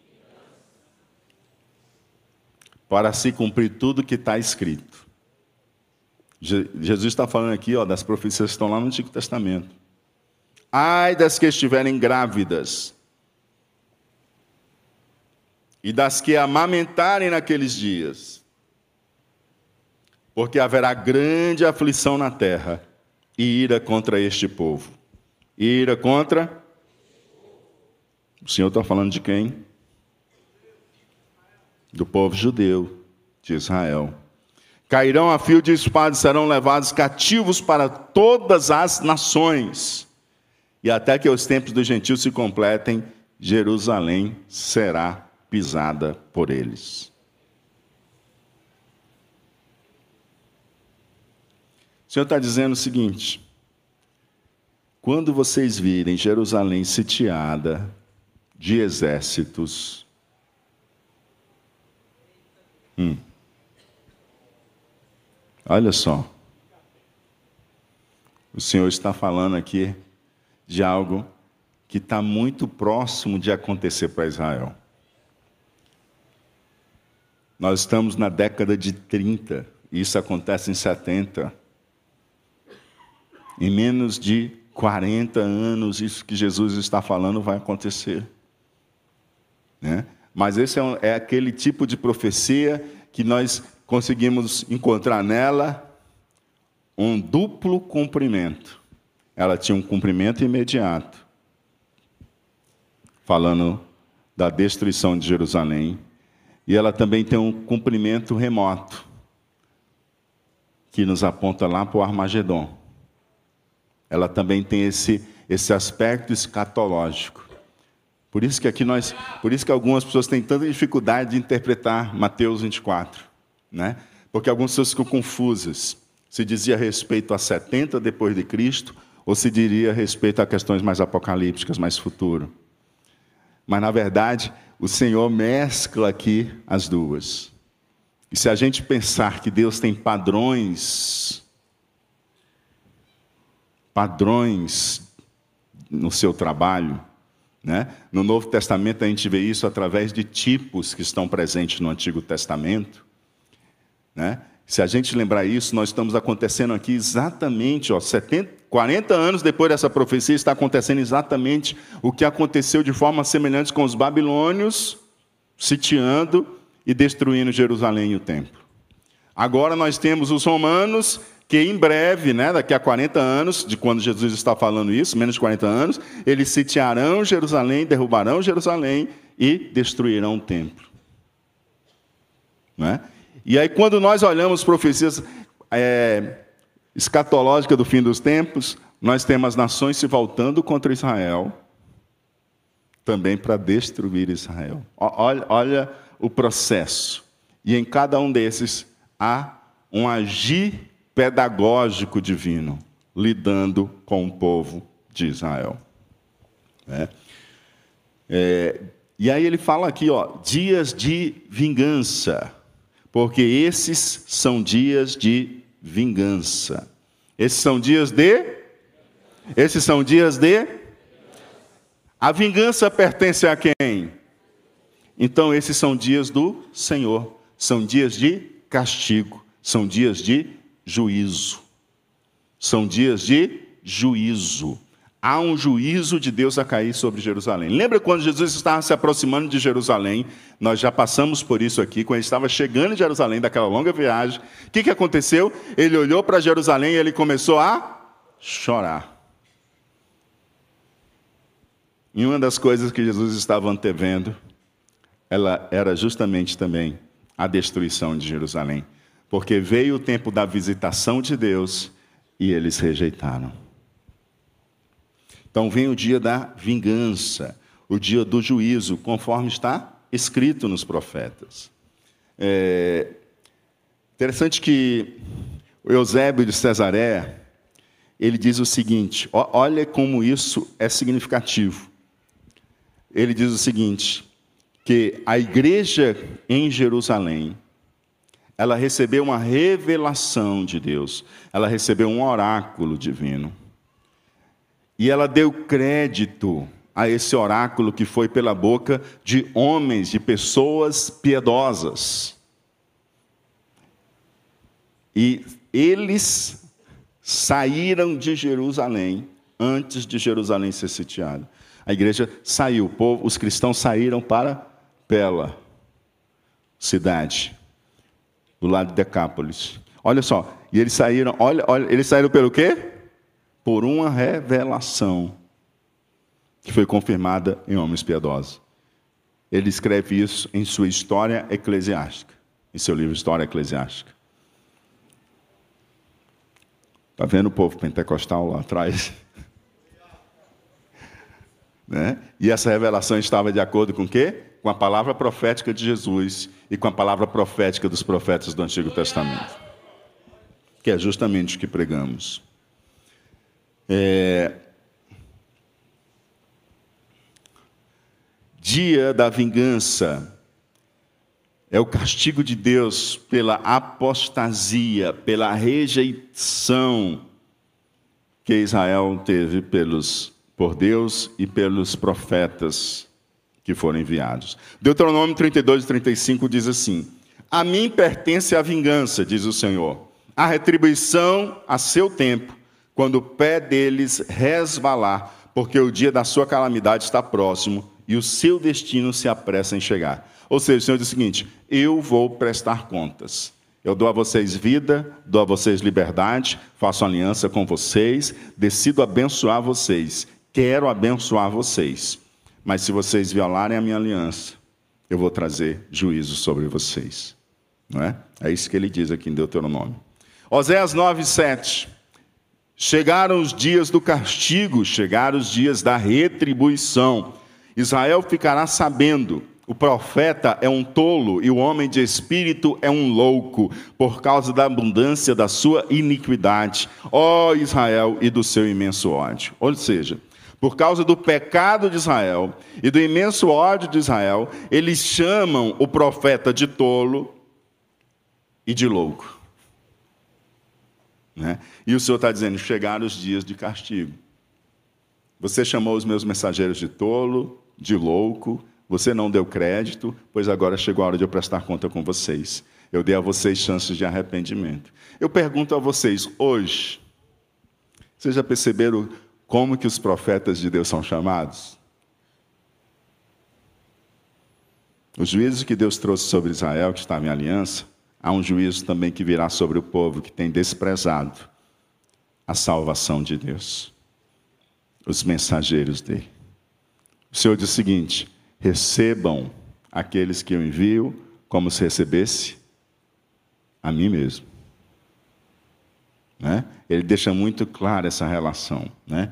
para se cumprir tudo que está escrito. Jesus está falando aqui, das profecias que estão lá no Antigo Testamento. Ai das que estiverem grávidas, e das que amamentarem naqueles dias, porque haverá grande aflição na terra, e ira contra este povo. Ira contra... O Senhor está falando de quem? Do povo judeu, de Israel. Cairão a fio de espada e serão levados cativos para todas as nações. E até que os tempos dos gentios se completem, Jerusalém será pisada por eles. O Senhor está dizendo o seguinte: quando vocês virem Jerusalém sitiada de exércitos, olha só, o Senhor está falando aqui de algo que está muito próximo de acontecer para Israel. Nós estamos na década de 30, e isso acontece em 70. Em menos de 40 anos, isso que Jesus está falando vai acontecer. Né? Mas esse é aquele tipo de profecia que nós conseguimos encontrar nela um duplo cumprimento. Ela tinha um cumprimento imediato, falando da destruição de Jerusalém, e ela também tem um cumprimento remoto, que nos aponta lá para o Armagedon. Ela também tem esse aspecto escatológico. Por isso que algumas pessoas têm tanta dificuldade de interpretar Mateus 24, né? Porque algumas pessoas ficam confusas. Se dizia respeito a 70 depois de Cristo, ou se diria respeito a questões mais apocalípticas, mais futuro. Mas, na verdade, o Senhor mescla aqui as duas. E se a gente pensar que Deus tem padrões no seu trabalho, né? No Novo Testamento a gente vê isso através de tipos que estão presentes no Antigo Testamento, né? Se a gente lembrar isso, nós estamos acontecendo aqui exatamente, 40 anos depois dessa profecia, está acontecendo exatamente o que aconteceu de forma semelhante com os babilônios, sitiando e destruindo Jerusalém e o templo. Agora nós temos os romanos, que em breve, né, daqui a 40 anos, de quando Jesus está falando isso, menos de 40 anos, eles sitiarão Jerusalém, derrubarão Jerusalém e destruirão o templo. Não é? E aí, quando nós olhamos profecias escatológicas do fim dos tempos, nós temos as nações se voltando contra Israel, também para destruir Israel. Olha o processo. E em cada um desses há um agir pedagógico divino, lidando com o povo de Israel. E aí ele fala aqui, dias de vingança. Porque esses são dias de vingança. Esses são dias de... A vingança pertence a quem? Então, esses são dias do Senhor. São dias de castigo. São dias de juízo. São dias de juízo. Há um juízo de Deus a cair sobre Jerusalém. Lembra quando Jesus estava se aproximando de Jerusalém? Nós já passamos por isso aqui, quando ele estava chegando em Jerusalém, daquela longa viagem. O que aconteceu? Ele olhou para Jerusalém e ele começou a chorar. E uma das coisas que Jesus estava antevendo ela era justamente também a destruição de Jerusalém. Porque veio o tempo da visitação de Deus e eles rejeitaram. Então vem o dia da vingança, o dia do juízo, conforme está escrito nos profetas. Interessante que o Eusébio de Cesareia, ele diz o seguinte, olha como isso é significativo. Ele diz o seguinte, que a igreja em Jerusalém, ela recebeu uma revelação de Deus, ela recebeu um oráculo divino. E ela deu crédito a esse oráculo que foi pela boca de homens, de pessoas piedosas. E eles saíram de Jerusalém antes de Jerusalém ser sitiada. A igreja saiu, os cristãos saíram para Pela, cidade, do lado de Decápolis. Olha só, e eles saíram, eles saíram pelo quê? Por uma revelação que foi confirmada em homens piedosos. Ele escreve isso em sua História Eclesiástica, em seu livro História Eclesiástica. Está vendo o povo pentecostal lá atrás? Né? E essa revelação estava de acordo com o quê? Com a palavra profética de Jesus e com a palavra profética dos profetas do Antigo Testamento, que é justamente o que pregamos. Dia da vingança é o castigo de Deus pela apostasia, pela rejeição que Israel teve por Deus e pelos profetas que foram enviados. Deuteronômio 32 e 35 diz assim: a mim pertence a vingança, diz o Senhor, a retribuição a seu tempo, quando o pé deles resvalar, porque o dia da sua calamidade está próximo e o seu destino se apressa em chegar. Ou seja, o Senhor diz o seguinte: eu vou prestar contas. Eu dou a vocês vida, dou a vocês liberdade, faço aliança com vocês, decido abençoar vocês, quero abençoar vocês. Mas se vocês violarem a minha aliança, eu vou trazer juízo sobre vocês. Não é? É isso que ele diz aqui em Deuteronômio. Oséias 9:7. Chegaram os dias do castigo, chegaram os dias da retribuição. Israel ficará sabendo, o profeta é um tolo e o homem de espírito é um louco, por causa da abundância da sua iniquidade, ó Israel, e do seu imenso ódio. Ou seja, por causa do pecado de Israel e do imenso ódio de Israel, eles chamam o profeta de tolo e de louco. Né? E o Senhor está dizendo: chegaram os dias de castigo. Você chamou os meus mensageiros de tolo, de louco, você não deu crédito, pois agora chegou a hora de eu prestar conta com vocês. Eu dei a vocês chances de arrependimento. Eu pergunto a vocês, hoje, vocês já perceberam como que os profetas de Deus são chamados? Os juízos que Deus trouxe sobre Israel, que estava em aliança, há um juízo também que virá sobre o povo que tem desprezado a salvação de Deus, os mensageiros dele. O Senhor diz o seguinte: recebam aqueles que eu envio como se recebesse a mim mesmo. Né? Ele deixa muito clara essa relação. Né?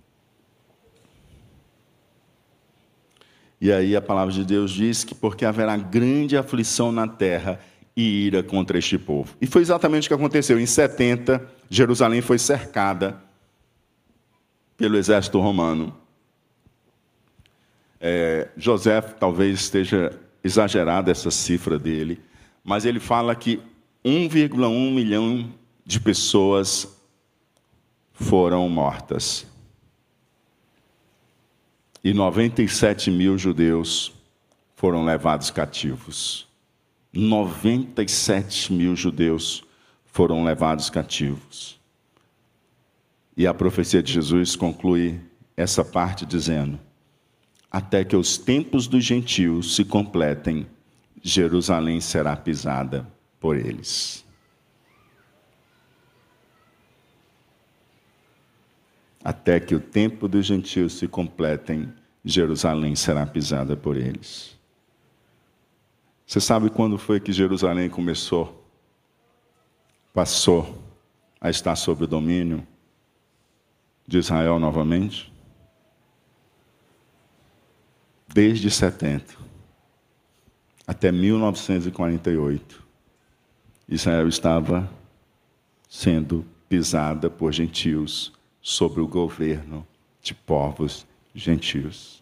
E aí a palavra de Deus diz que porque haverá grande aflição na terra e ira contra este povo. E foi exatamente o que aconteceu. Em 70, Jerusalém foi cercada pelo exército romano. José talvez esteja exagerada essa cifra dele, mas ele fala que 1,1 milhão de pessoas foram mortas. E 97 mil judeus foram levados cativos. 97 mil judeus foram levados cativos. E a profecia de Jesus conclui essa parte dizendo: até que os tempos dos gentios se completem, Jerusalém será pisada por eles. Até que o tempo dos gentios se completem, Jerusalém será pisada por eles. Você sabe quando foi que Jerusalém passou a estar sob o domínio de Israel novamente? Desde 70 até 1948, Israel estava sendo pisada por gentios sob o governo de povos gentios.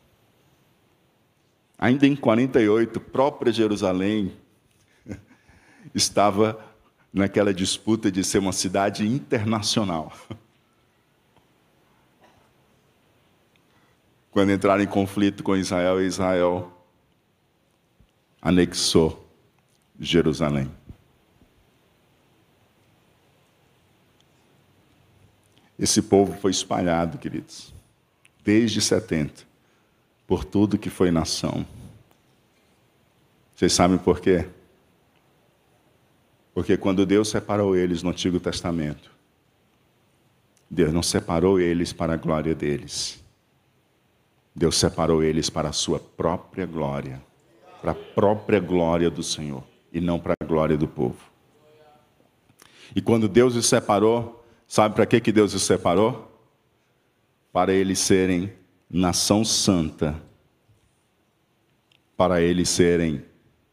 Ainda em 48, própria Jerusalém estava naquela disputa de ser uma cidade internacional. Quando entraram em conflito com Israel, Israel anexou Jerusalém. Esse povo foi espalhado, queridos, desde 70, por tudo que foi nação. Vocês sabem por quê? Porque quando Deus separou eles no Antigo Testamento, Deus não separou eles para a glória deles. Deus separou eles para a sua própria glória, para a própria glória do Senhor, e não para a glória do povo. E quando Deus os separou, sabe para que Deus os separou? Para eles serem nação santa, para eles serem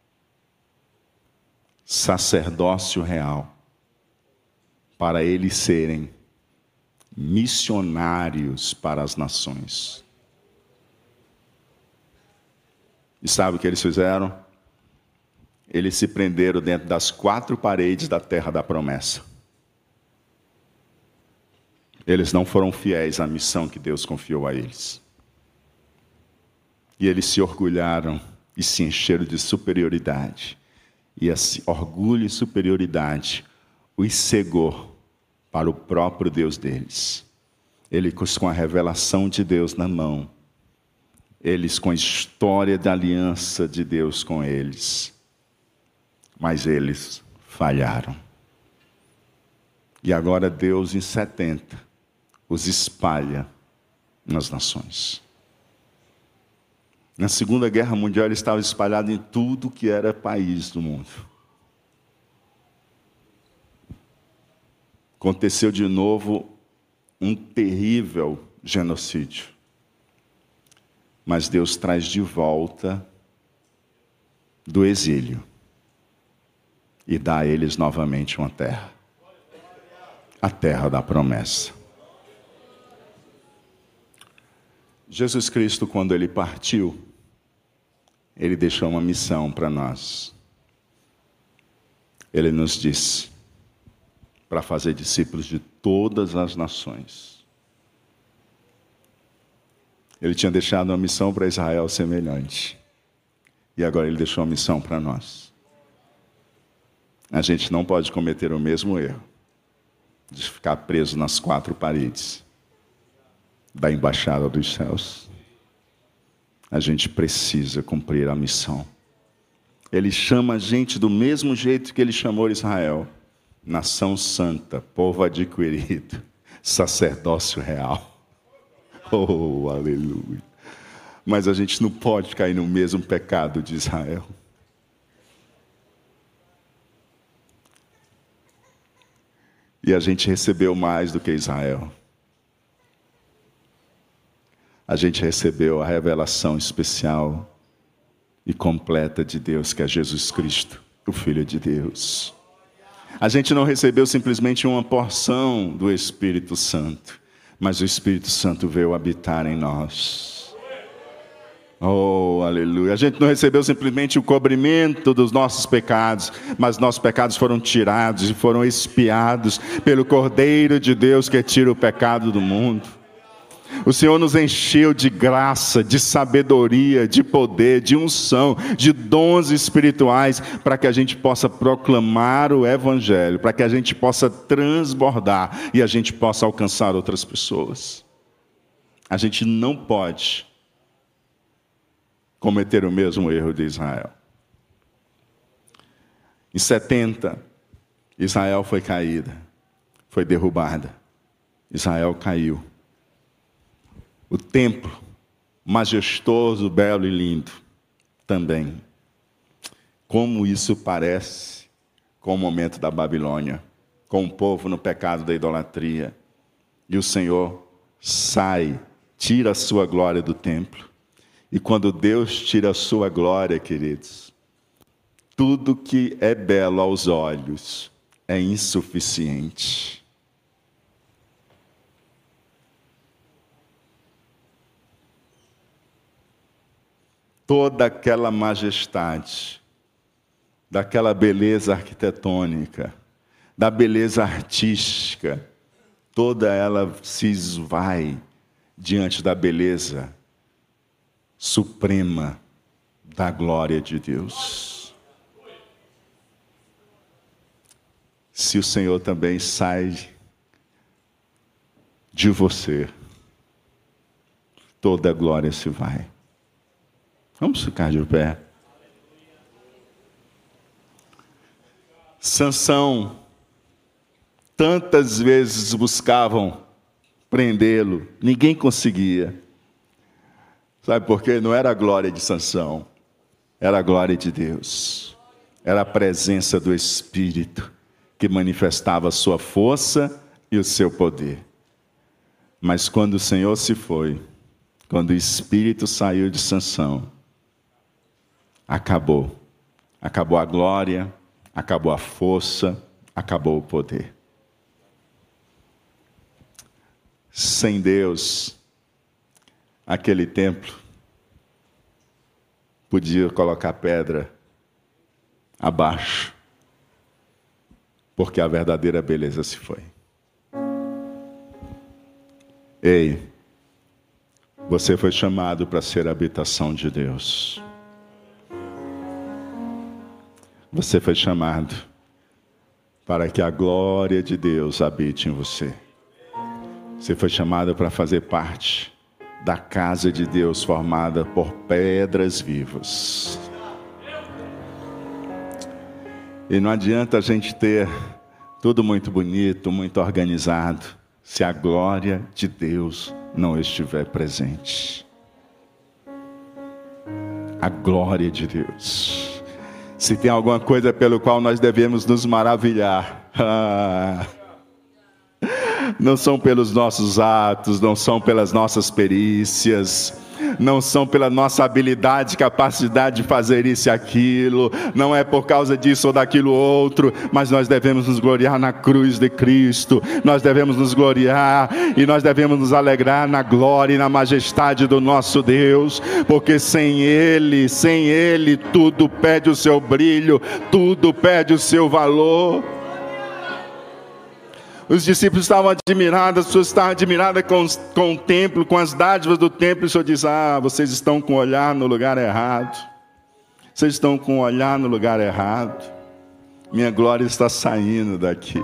sacerdócio real, para eles serem missionários para as nações. E sabe o que eles fizeram? Eles se prenderam dentro das 4 paredes da terra da promessa. Eles não foram fiéis à missão que Deus confiou a eles. E eles se orgulharam e se encheram de superioridade. E esse orgulho e superioridade os cegou para o próprio Deus deles. Eles com a revelação de Deus na mão, eles com a história da aliança de Deus com eles, mas eles falharam. E agora Deus em 70 os espalha nas nações. Na Segunda Guerra Mundial ele estava espalhado em tudo que era país do mundo. Aconteceu de novo um terrível genocídio. Mas Deus traz de volta do exílio e dá a eles novamente uma terra. A terra da promessa. Jesus Cristo, quando ele partiu, ele deixou uma missão para nós. Ele nos disse para fazer discípulos de todas as nações. Ele tinha deixado uma missão para Israel semelhante. E agora ele deixou uma missão para nós. A gente não pode cometer o mesmo erro de ficar preso nas 4 paredes da embaixada dos céus. A gente precisa cumprir a missão. Ele chama a gente do mesmo jeito que ele chamou Israel. Nação santa, povo adquirido, sacerdócio real. Oh, aleluia. Mas a gente não pode cair no mesmo pecado de Israel. E a gente recebeu mais do que Israel. A gente recebeu a revelação especial e completa de Deus, que é Jesus Cristo, o Filho de Deus. A gente não recebeu simplesmente uma porção do Espírito Santo, mas o Espírito Santo veio habitar em nós. Oh, aleluia. A gente não recebeu simplesmente o cobrimento dos nossos pecados, mas nossos pecados foram tirados e foram expiados pelo Cordeiro de Deus que tira o pecado do mundo. O Senhor nos encheu de graça, de sabedoria, de poder, de unção, de dons espirituais, para que a gente possa proclamar o Evangelho, para que a gente possa transbordar e a gente possa alcançar outras pessoas. A gente não pode cometer o mesmo erro de Israel. Em 70, Israel foi caída, foi derrubada. Israel caiu. O templo, majestoso, belo e lindo, também. Como isso parece com o momento da Babilônia, com o povo no pecado da idolatria. E o Senhor sai, tira a sua glória do templo. E quando Deus tira a sua glória, queridos, tudo que é belo aos olhos é insuficiente. Toda aquela majestade, daquela beleza arquitetônica, da beleza artística, toda ela se esvai diante da beleza suprema da glória de Deus. Se o Senhor também sai de você, toda a glória se vai. Vamos ficar de pé. Sansão, tantas vezes buscavam prendê-lo, ninguém conseguia. Sabe por quê? Não era a glória de Sansão, era a glória de Deus. Era a presença do Espírito que manifestava a sua força e o seu poder. Mas quando o Senhor se foi, quando o Espírito saiu de Sansão, acabou a glória, acabou a força, acabou o poder. Sem Deus, aquele templo podia colocar pedra abaixo, porque a verdadeira beleza se foi. Ei, você foi chamado para ser a habitação de Deus. Você foi chamado para que a glória de Deus habite em você. Você foi chamado para fazer parte da casa de Deus formada por pedras vivas. E não adianta a gente ter tudo muito bonito, muito organizado, se a glória de Deus não estiver presente. A glória de Deus. Se tem alguma coisa pelo qual nós devemos nos maravilhar, não são pelos nossos atos, não são pelas nossas perícias, não são pela nossa habilidade, capacidade de fazer isso e aquilo, não é por causa disso ou daquilo outro, mas nós devemos nos gloriar na cruz de Cristo, nós devemos nos gloriar e nós devemos nos alegrar na glória e na majestade do nosso Deus, porque sem Ele tudo perde o seu brilho, tudo perde o seu valor. Os discípulos estavam admirados, as pessoas estavam admiradas com o templo, com as dádivas do templo. E o Senhor diz: vocês estão com o olhar no lugar errado. Vocês estão com o olhar no lugar errado. Minha glória está saindo daqui.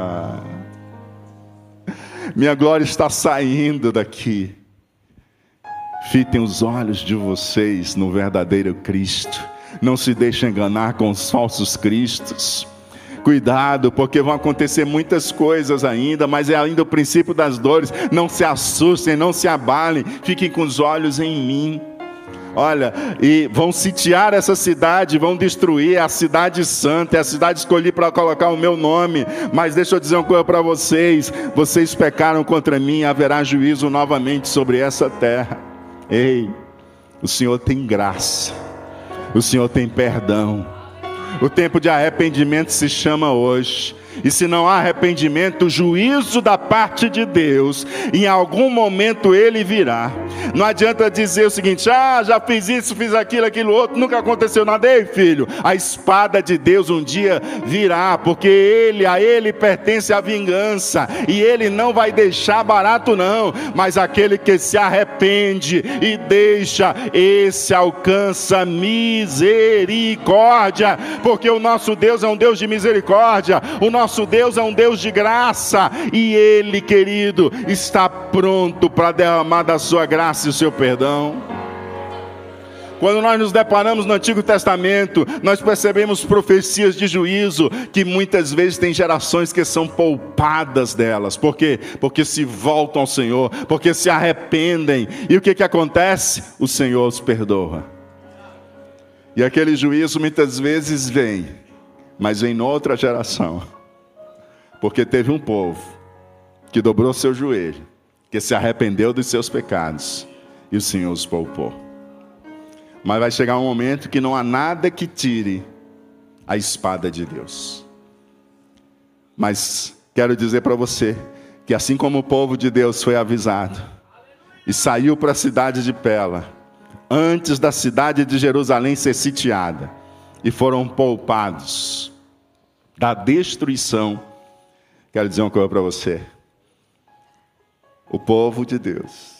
Minha glória está saindo daqui. Fitem os olhos de vocês no verdadeiro Cristo. Não se deixem enganar com os falsos cristos. Cuidado, porque vão acontecer muitas coisas ainda, mas é ainda o princípio das dores. Não se assustem, não se abalem, fiquem com os olhos em mim. Olha, e vão sitiar essa cidade, vão destruir a cidade santa, é a cidade escolhida para colocar o meu nome. Mas deixa eu dizer uma coisa para vocês: vocês pecaram contra mim, haverá juízo novamente sobre essa terra. Ei, o Senhor tem graça, o Senhor tem perdão. O tempo de arrependimento se chama hoje. E se não há arrependimento, o juízo da parte de Deus, em algum momento ele virá. Não adianta dizer o seguinte: já fiz isso, fiz aquilo outro, nunca aconteceu nada. Ei, filho, a espada de Deus um dia virá, porque a ele pertence a vingança, e ele não vai deixar barato não. Mas aquele que se arrepende e deixa, esse alcança misericórdia, porque o nosso Deus é um Deus de misericórdia, o nosso Deus é um Deus de graça, e Ele, querido, está pronto para derramar da sua graça e o seu perdão. Quando nós nos deparamos no Antigo Testamento, nós percebemos profecias de juízo, que muitas vezes tem gerações que são poupadas delas. Por quê? Porque se voltam ao Senhor, porque se arrependem. E o que acontece? O Senhor os perdoa. E aquele juízo muitas vezes vem, mas vem noutra geração. Porque teve um povo que dobrou seu joelho, que se arrependeu dos seus pecados, e o Senhor os poupou. Mas vai chegar um momento que não há nada que tire a espada de Deus. Mas quero dizer para você, que assim como o povo de Deus foi avisado, e saiu para a cidade de Pela, antes da cidade de Jerusalém ser sitiada, e foram poupados da destruição, quero dizer uma coisa para você, o povo de Deus,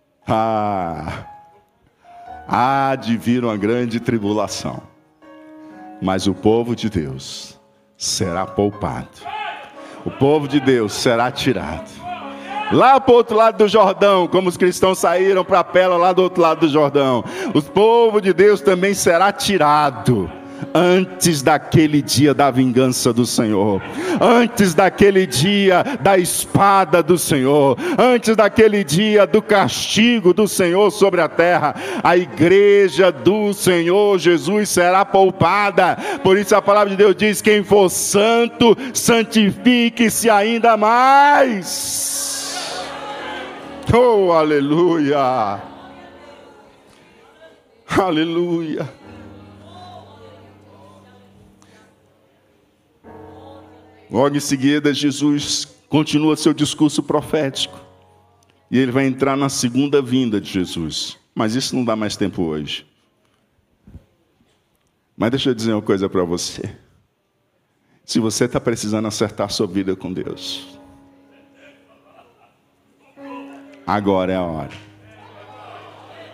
há de vir uma grande tribulação, mas o povo de Deus será poupado, o povo de Deus será tirado, lá para o outro lado do Jordão, como os cristãos saíram para a Pela lá do outro lado do Jordão, o povo de Deus também será tirado, antes daquele dia da vingança do Senhor, antes daquele dia da espada do Senhor, antes daquele dia do castigo do Senhor sobre a terra, a igreja do Senhor Jesus será poupada. Por isso a palavra de Deus diz: quem for santo, santifique-se ainda mais. Oh, aleluia, aleluia. Logo em seguida, Jesus continua seu discurso profético. E ele vai entrar na segunda vinda de Jesus. Mas isso não dá mais tempo hoje. Mas deixa eu dizer uma coisa para você. Se você está precisando acertar sua vida com Deus, agora é a hora.